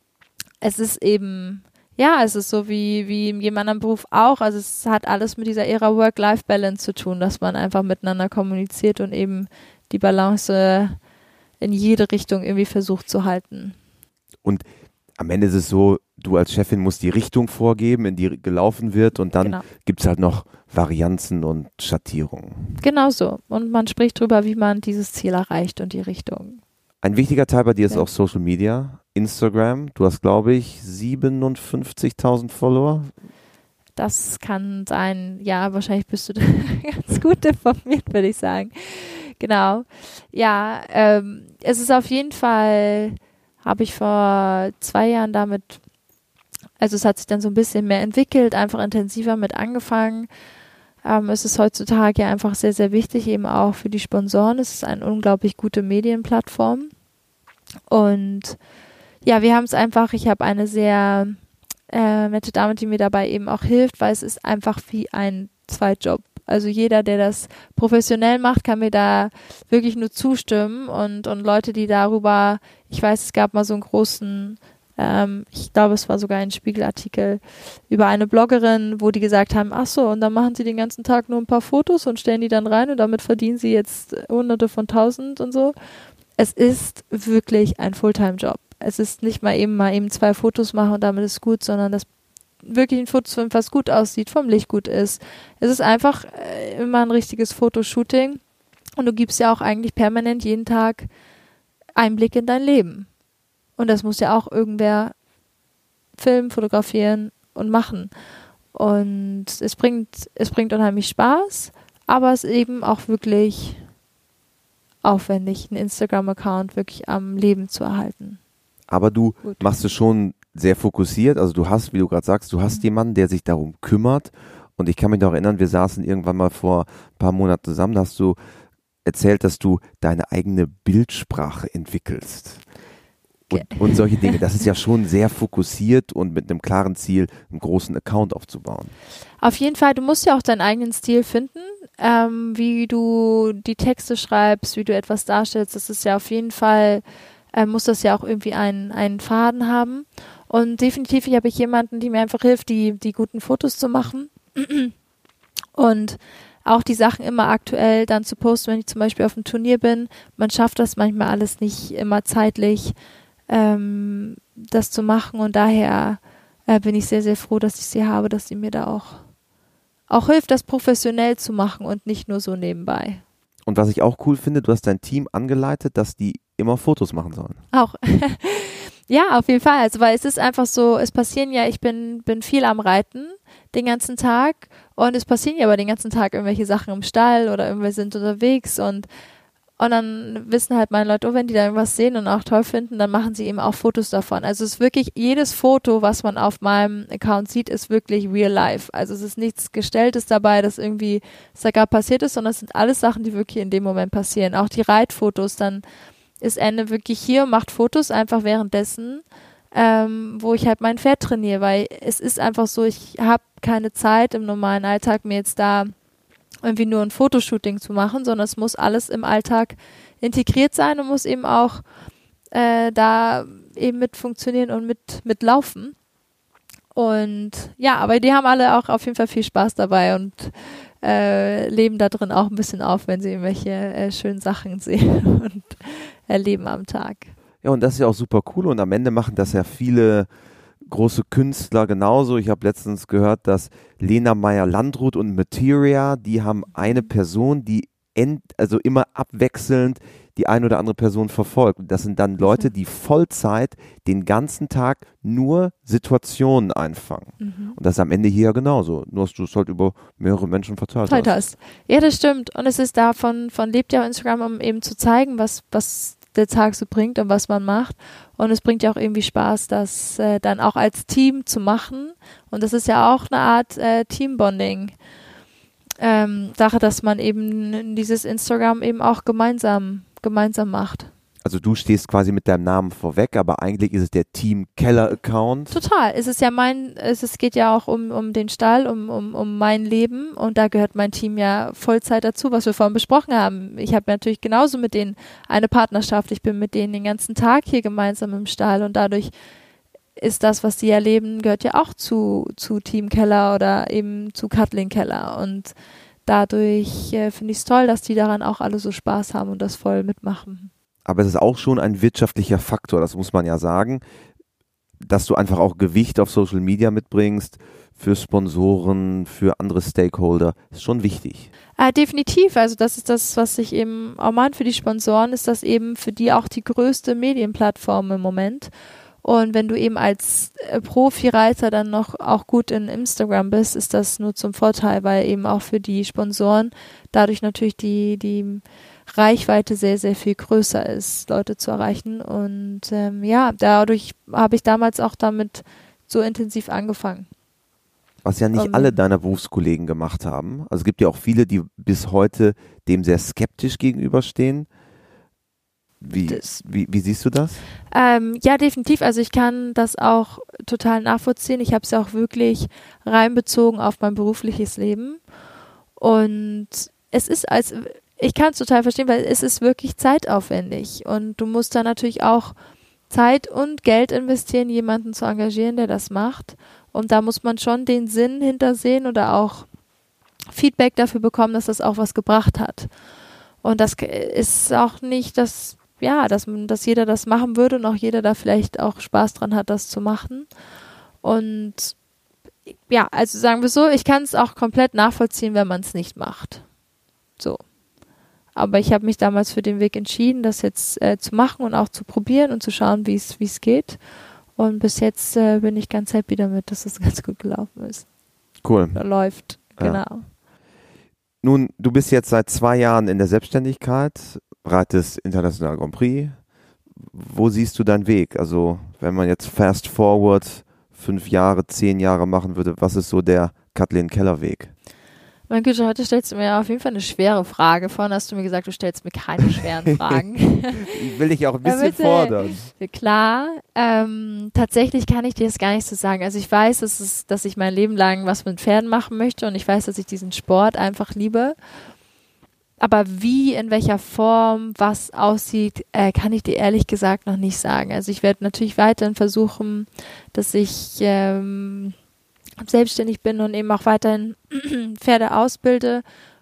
es ist eben, ja, es ist so wie, wie in jedem anderen Beruf auch. Also es hat alles mit dieser Ära Work-Life-Balance zu tun, dass man einfach miteinander kommuniziert und eben die Balance in jede Richtung irgendwie versucht zu halten. Und am Ende ist es so, du als Chefin musst die Richtung vorgeben, in die gelaufen wird und dann Genau. gibt es halt noch Varianzen und Schattierungen. Genau so. Und man spricht drüber, wie man dieses Ziel erreicht und die Richtung. Ein wichtiger Teil bei dir ist Ja. auch Social Media, Instagram. Du hast, glaube ich, siebenundfünfzigtausend Follower. Das kann sein, ja, wahrscheinlich bist du da ganz gut informiert, würde ich sagen. Genau. Ja, ähm, es ist auf jeden Fall, habe ich vor zwei Jahren damit, also es hat sich dann so ein bisschen mehr entwickelt, einfach intensiver mit angefangen. Ähm, es ist heutzutage einfach sehr, sehr wichtig, eben auch für die Sponsoren. Es ist eine unglaublich gute Medienplattform. Und ja, wir haben es einfach, ich habe eine sehr äh, nette Dame, die mir dabei eben auch hilft, weil es ist einfach wie ein Zweitjob. Also jeder, der das professionell macht, kann mir da wirklich nur zustimmen und, und Leute, die darüber, ich weiß, es gab mal so einen großen, ähm, ich glaube, es war sogar ein Spiegelartikel über eine Bloggerin, wo die gesagt haben, ach so, und dann machen sie den ganzen Tag nur ein paar Fotos und stellen die dann rein und damit verdienen sie jetzt Hunderte von Tausend und so. Es ist wirklich ein Fulltime-Job. Es ist nicht mal eben mal eben zwei Fotos machen und damit ist gut, sondern das wirklich ein Foto, was gut aussieht, vom Licht gut ist. Es ist einfach äh, immer ein richtiges Fotoshooting und du gibst ja auch eigentlich permanent jeden Tag Einblick in dein Leben. Und das muss ja auch irgendwer filmen, fotografieren und machen. Und es bringt, es bringt unheimlich Spaß, aber es ist eben auch wirklich aufwendig, einen Instagram-Account wirklich am Leben zu erhalten. Aber du Gut. machst es schon sehr fokussiert. Also du hast, wie du gerade sagst, du hast Mhm. jemanden, der sich darum kümmert. Und ich kann mich noch erinnern, wir saßen irgendwann mal vor ein paar Monaten zusammen, da hast du erzählt, dass du deine eigene Bildsprache entwickelst. Und, Ge- und solche Dinge. Das ist ja schon sehr fokussiert und mit einem klaren Ziel, einen großen Account aufzubauen. Auf jeden Fall, du musst ja auch deinen eigenen Stil finden, ähm, wie du die Texte schreibst, wie du etwas darstellst. Das ist ja auf jeden Fall, äh, muss das ja auch irgendwie einen, einen Faden haben. Und definitiv habe ich jemanden, die mir einfach hilft, die, die guten Fotos zu machen. Und auch die Sachen immer aktuell dann zu posten, wenn ich zum Beispiel auf einem Turnier bin. Man schafft das manchmal alles nicht immer zeitlich, ähm, das zu machen und daher äh, bin ich sehr, sehr froh, dass ich sie habe, dass sie mir da auch, auch hilft, das professionell zu machen und nicht nur so nebenbei. Und was ich auch cool finde, du hast dein Team angeleitet, dass die immer Fotos machen sollen. Auch. Ja, auf jeden Fall. Also, weil es ist einfach so, es passieren ja, ich bin, bin viel am Reiten den ganzen Tag und es passieren ja aber den ganzen Tag irgendwelche Sachen im Stall oder irgendwelche sind unterwegs und, und dann wissen halt meine Leute, oh, wenn die da irgendwas sehen und auch toll finden, dann machen sie eben auch Fotos davon. Also es ist wirklich, jedes Foto, was man auf meinem Account sieht, ist wirklich real life. Also es ist nichts Gestelltes dabei, das irgendwie sogar passiert ist, sondern es sind alles Sachen, die wirklich in dem Moment passieren. Auch die Reitfotos, dann ist Ende wirklich hier und macht Fotos einfach währenddessen, ähm, wo ich halt mein Pferd trainiere, weil es ist einfach so, ich habe keine Zeit im normalen Alltag mir jetzt da irgendwie nur ein Fotoshooting zu machen, sondern es muss alles im Alltag integriert sein und muss eben auch äh, da eben mit funktionieren und mit, mit laufen. Und ja, aber die haben alle auch auf jeden Fall viel Spaß dabei und äh, leben da drin auch ein bisschen auf, wenn sie irgendwelche äh, schönen Sachen sehen und erleben am Tag. Ja, und das ist ja auch super cool und am Ende machen das ja viele große Künstler genauso. Ich habe letztens gehört, dass Lena Meyer-Landrut und Materia, die haben eine Person, die end, also immer abwechselnd die eine oder andere Person verfolgt. Das sind dann Leute, die Vollzeit den ganzen Tag nur Situationen einfangen. Mhm. Und das ist am Ende hier ja genauso. Nur, dass du es halt über mehrere Menschen verteilt hast. hast. Ja, das stimmt. Und es ist davon, von lebt ja Instagram, um eben zu zeigen, was, was der Tag so bringt und was man macht. Und es bringt ja auch irgendwie Spaß, das äh, dann auch als Team zu machen. Und das ist ja auch eine Art äh, Teambonding. Ähm, Sache, dass man eben dieses Instagram eben auch gemeinsam gemeinsam macht. Also du stehst quasi mit deinem Namen vorweg, aber eigentlich ist es der Team Keller Account. Total. Es ist ja mein, es, es geht ja auch um, um den Stall, um, um, um mein Leben und da gehört mein Team ja Vollzeit dazu, was wir vorhin besprochen haben. Ich habe natürlich genauso mit denen eine Partnerschaft. Ich bin mit denen den ganzen Tag hier gemeinsam im Stall und dadurch ist das, was sie erleben, gehört ja auch zu, zu Team Keller oder eben zu Kathleen Keller und dadurch äh, finde ich es toll, dass die daran auch alle so Spaß haben und das voll mitmachen. Aber es ist auch schon ein wirtschaftlicher Faktor, das muss man ja sagen, dass du einfach auch Gewicht auf Social Media mitbringst für Sponsoren, für andere Stakeholder, ist schon wichtig. Äh, definitiv, also das ist das, was ich eben auch meine für die Sponsoren, ist das eben für die auch die größte Medienplattform im Moment. Und wenn du eben als äh, Profi-Reiter dann noch auch gut in Instagram bist, ist das nur zum Vorteil, weil eben auch für die Sponsoren dadurch natürlich die, die Reichweite sehr, sehr viel größer ist, Leute zu erreichen. Und ähm, ja, dadurch habe ich damals auch damit so intensiv angefangen. Was ja nicht um, alle deiner Berufskollegen gemacht haben. Also es gibt ja auch viele, die bis heute dem sehr skeptisch gegenüberstehen. Wie, wie, wie siehst du das? Ähm, ja, definitiv. Also ich kann das auch total nachvollziehen. Ich habe es ja auch wirklich reinbezogen auf mein berufliches Leben. Und es ist als, ich kann es total verstehen, weil es ist wirklich zeitaufwendig. Und du musst da natürlich auch Zeit und Geld investieren, jemanden zu engagieren, der das macht. Und da muss man schon den Sinn hintersehen oder auch Feedback dafür bekommen, dass das auch was gebracht hat. Und das ist auch nicht das, ja, dass, dass jeder das machen würde und auch jeder da vielleicht auch Spaß dran hat, das zu machen. Und ja, also sagen wir so, ich kann es auch komplett nachvollziehen, wenn man es nicht macht. So. Aber ich habe mich damals für den Weg entschieden, das jetzt äh, zu machen und auch zu probieren und zu schauen, wie es wie es geht. Und bis jetzt äh, bin ich ganz happy damit, dass es ganz gut gelaufen ist. Cool. Oder läuft, genau. Ja. Nun, du bist jetzt seit zwei Jahren in der Selbstständigkeit, reitest International Grand Prix. Wo siehst du deinen Weg? Also, wenn man jetzt fast forward fünf Jahre, zehn Jahre machen würde, was ist so der Kathleen Keller Weg? Mein Güte, heute stellst du mir auf jeden Fall eine schwere Frage. Vorhin hast du mir gesagt, du stellst mir keine schweren Fragen. Ich will dich auch ein bisschen bitte, fordern. Klar, ähm, tatsächlich kann ich dir das gar nicht so sagen. Also ich weiß, dass, es, dass ich mein Leben lang was mit Pferden machen möchte und ich weiß, dass ich diesen Sport einfach liebe. Aber wie, in welcher Form, was aussieht, äh, kann ich dir ehrlich gesagt noch nicht sagen. Also ich werde natürlich weiterhin versuchen, dass ich ähm, selbstständig bin und eben auch weiterhin Pferde ausbilde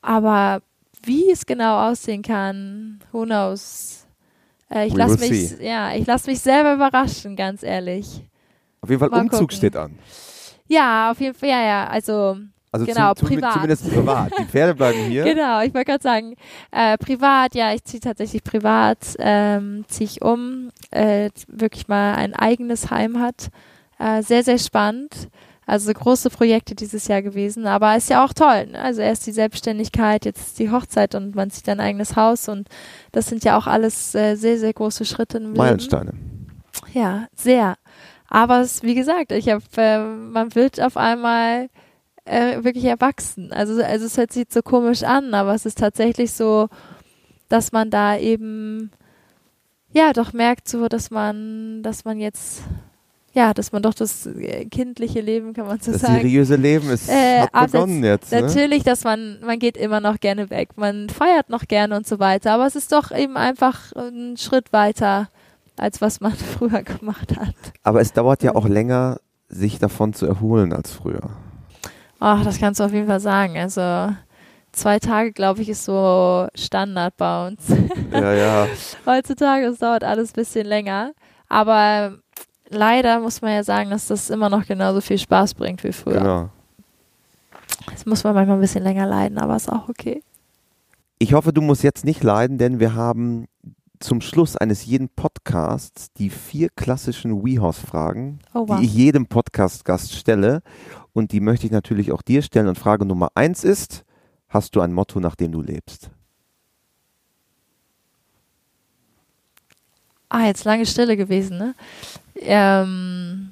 aber wie es genau aussehen kann, who knows. Äh, ich We lasse will mich, see. ja, ich lasse mich selber überraschen, ganz ehrlich. Auf jeden Fall Mal Umzug gucken. steht an. Ja, auf jeden Fall, ja, ja, also Also genau, zum, zum, privat. zumindest privat. Die Pferde bleiben hier. Genau, ich wollte gerade sagen, äh, privat, ja, ich ziehe tatsächlich privat, ähm, ziehe ich um, äh, wirklich mal ein eigenes Heim hat. Äh, sehr, sehr spannend. Also große Projekte dieses Jahr gewesen, aber ist ja auch toll. Ne? Also erst die Selbstständigkeit, jetzt die Hochzeit und man zieht ein eigenes Haus und das sind ja auch alles äh, sehr, sehr große Schritte im Leben. Meilensteine. Ja, sehr. Aber es, wie gesagt, ich habe, äh, man wird auf einmal äh, wirklich erwachsen. Also, also es hört sich so komisch an, aber es ist tatsächlich so, dass man da eben ja doch merkt, so, dass man, dass man jetzt ja, dass man doch das äh, kindliche Leben, kann man so Das sagen. seriöse Leben ist Äh, hat begonnen jetzt. Ne? Natürlich, dass man, man geht immer noch gerne weg, man feiert noch gerne und so weiter, aber es ist doch eben einfach ein Schritt weiter, als was man früher gemacht hat. Aber es dauert ja auch länger, sich davon zu erholen als früher. Ach, das kannst du auf jeden Fall sagen. Also zwei Tage, glaube ich, ist so Standard bei uns. Ja, ja. Heutzutage, es dauert alles ein bisschen länger, aber leider muss man ja sagen, dass das immer noch genauso viel Spaß bringt wie früher. Genau. Das muss man manchmal ein bisschen länger leiden, aber ist auch okay. Ich hoffe, du musst jetzt nicht leiden, denn wir haben zum Schluss eines jeden Podcasts die vier klassischen WeHorse-Fragen, Oh, wow. die ich jedem Podcast-Gast stelle. Und die möchte ich natürlich auch dir stellen. Und Frage Nummer eins ist, hast du ein Motto, nach dem du lebst? Ah, jetzt lange Stille gewesen, ne? Ähm,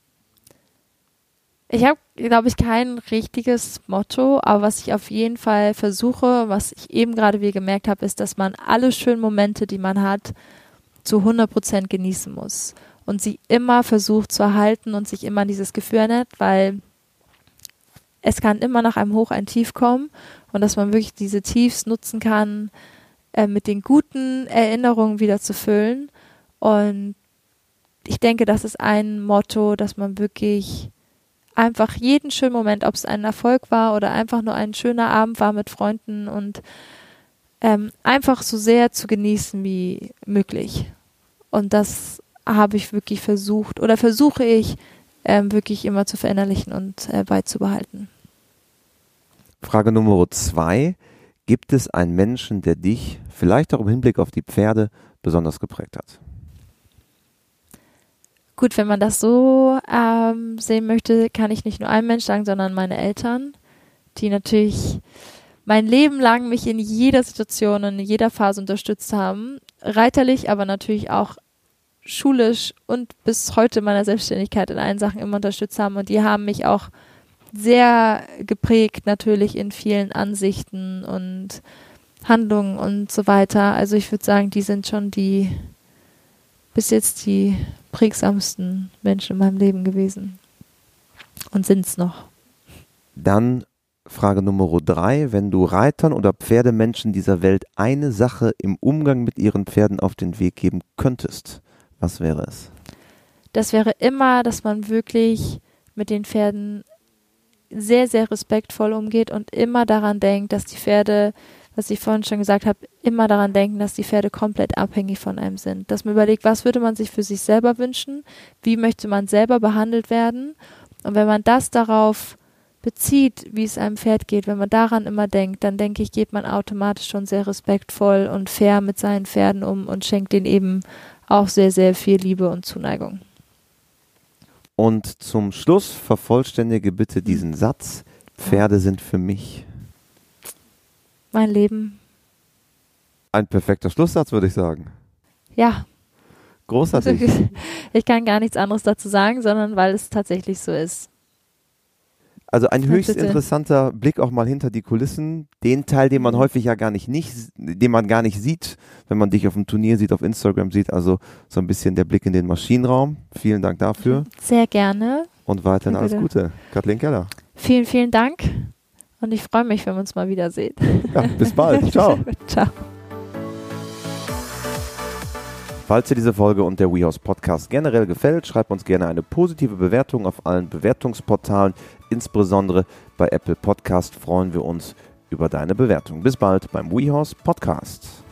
ich habe, glaube ich, kein richtiges Motto, aber was ich auf jeden Fall versuche, was ich eben gerade wieder gemerkt habe, ist, dass man alle schönen Momente, die man hat, zu hundert Prozent genießen muss und sie immer versucht zu erhalten und sich immer an dieses Gefühl erinnert, weil es kann immer nach einem Hoch ein Tief kommen und dass man wirklich diese Tiefs nutzen kann, äh, mit den guten Erinnerungen wieder zu füllen. Und ich denke, das ist ein Motto, dass man wirklich einfach jeden schönen Moment, ob es ein Erfolg war oder einfach nur ein schöner Abend war mit Freunden und ähm, einfach so sehr zu genießen wie möglich. Und das habe ich wirklich versucht oder versuche ich ähm, wirklich immer zu verinnerlichen und äh, beizubehalten. Frage Nummer zwei. Gibt es einen Menschen, der dich, vielleicht auch im Hinblick auf die Pferde, besonders geprägt hat? Gut, wenn man das so ähm, sehen möchte, kann ich nicht nur einen Mensch sagen, sondern meine Eltern, die natürlich mein Leben lang mich in jeder Situation und in jeder Phase unterstützt haben. Reiterlich, aber natürlich auch schulisch und bis heute in meiner Selbstständigkeit in allen Sachen immer unterstützt haben. Und die haben mich auch sehr geprägt, natürlich in vielen Ansichten und Handlungen und so weiter. Also ich würde sagen, die sind schon die bis jetzt die prägsamsten Menschen in meinem Leben gewesen. Und sind es noch. Dann Frage Nummer drei. Wenn du Reitern oder Pferdemenschen dieser Welt eine Sache im Umgang mit ihren Pferden auf den Weg geben könntest, was wäre es? Das wäre immer, dass man wirklich mit den Pferden sehr, sehr respektvoll umgeht und immer daran denkt, dass die Pferde, was ich vorhin schon gesagt habe, immer daran denken, dass die Pferde komplett abhängig von einem sind. Dass man überlegt, was würde man sich für sich selber wünschen, wie möchte man selber behandelt werden. Und wenn man das darauf bezieht, wie es einem Pferd geht, wenn man daran immer denkt, dann denke ich, geht man automatisch schon sehr respektvoll und fair mit seinen Pferden um und schenkt denen eben auch sehr, sehr viel Liebe und Zuneigung. Und zum Schluss vervollständige bitte diesen Satz: Pferde sind für mich mein Leben. ein perfekter Schlusssatz, würde ich sagen. Ja. Großartig. Ich kann gar nichts anderes dazu sagen, sondern weil es tatsächlich so ist. Also ein höchst Bitte. interessanter Blick auch mal hinter die Kulissen. Den Teil, den man Mhm. häufig ja gar nicht, nicht, den man gar nicht sieht, wenn man dich auf dem Turnier sieht, auf Instagram sieht. Also so ein bisschen der Blick in den Maschinenraum. Vielen Dank dafür. Sehr gerne. Und weiterhin alles Bitte. Gute. Kathleen Keller. Vielen, vielen Dank. Und ich freue mich, wenn wir uns mal wiedersehen. Ja, bis bald. Ciao. Ciao. Falls dir diese Folge und der WeHorse Podcast generell gefällt, schreib uns gerne eine positive Bewertung auf allen Bewertungsportalen. Insbesondere bei Apple Podcast freuen wir uns über deine Bewertung. Bis bald beim WeHorse Podcast.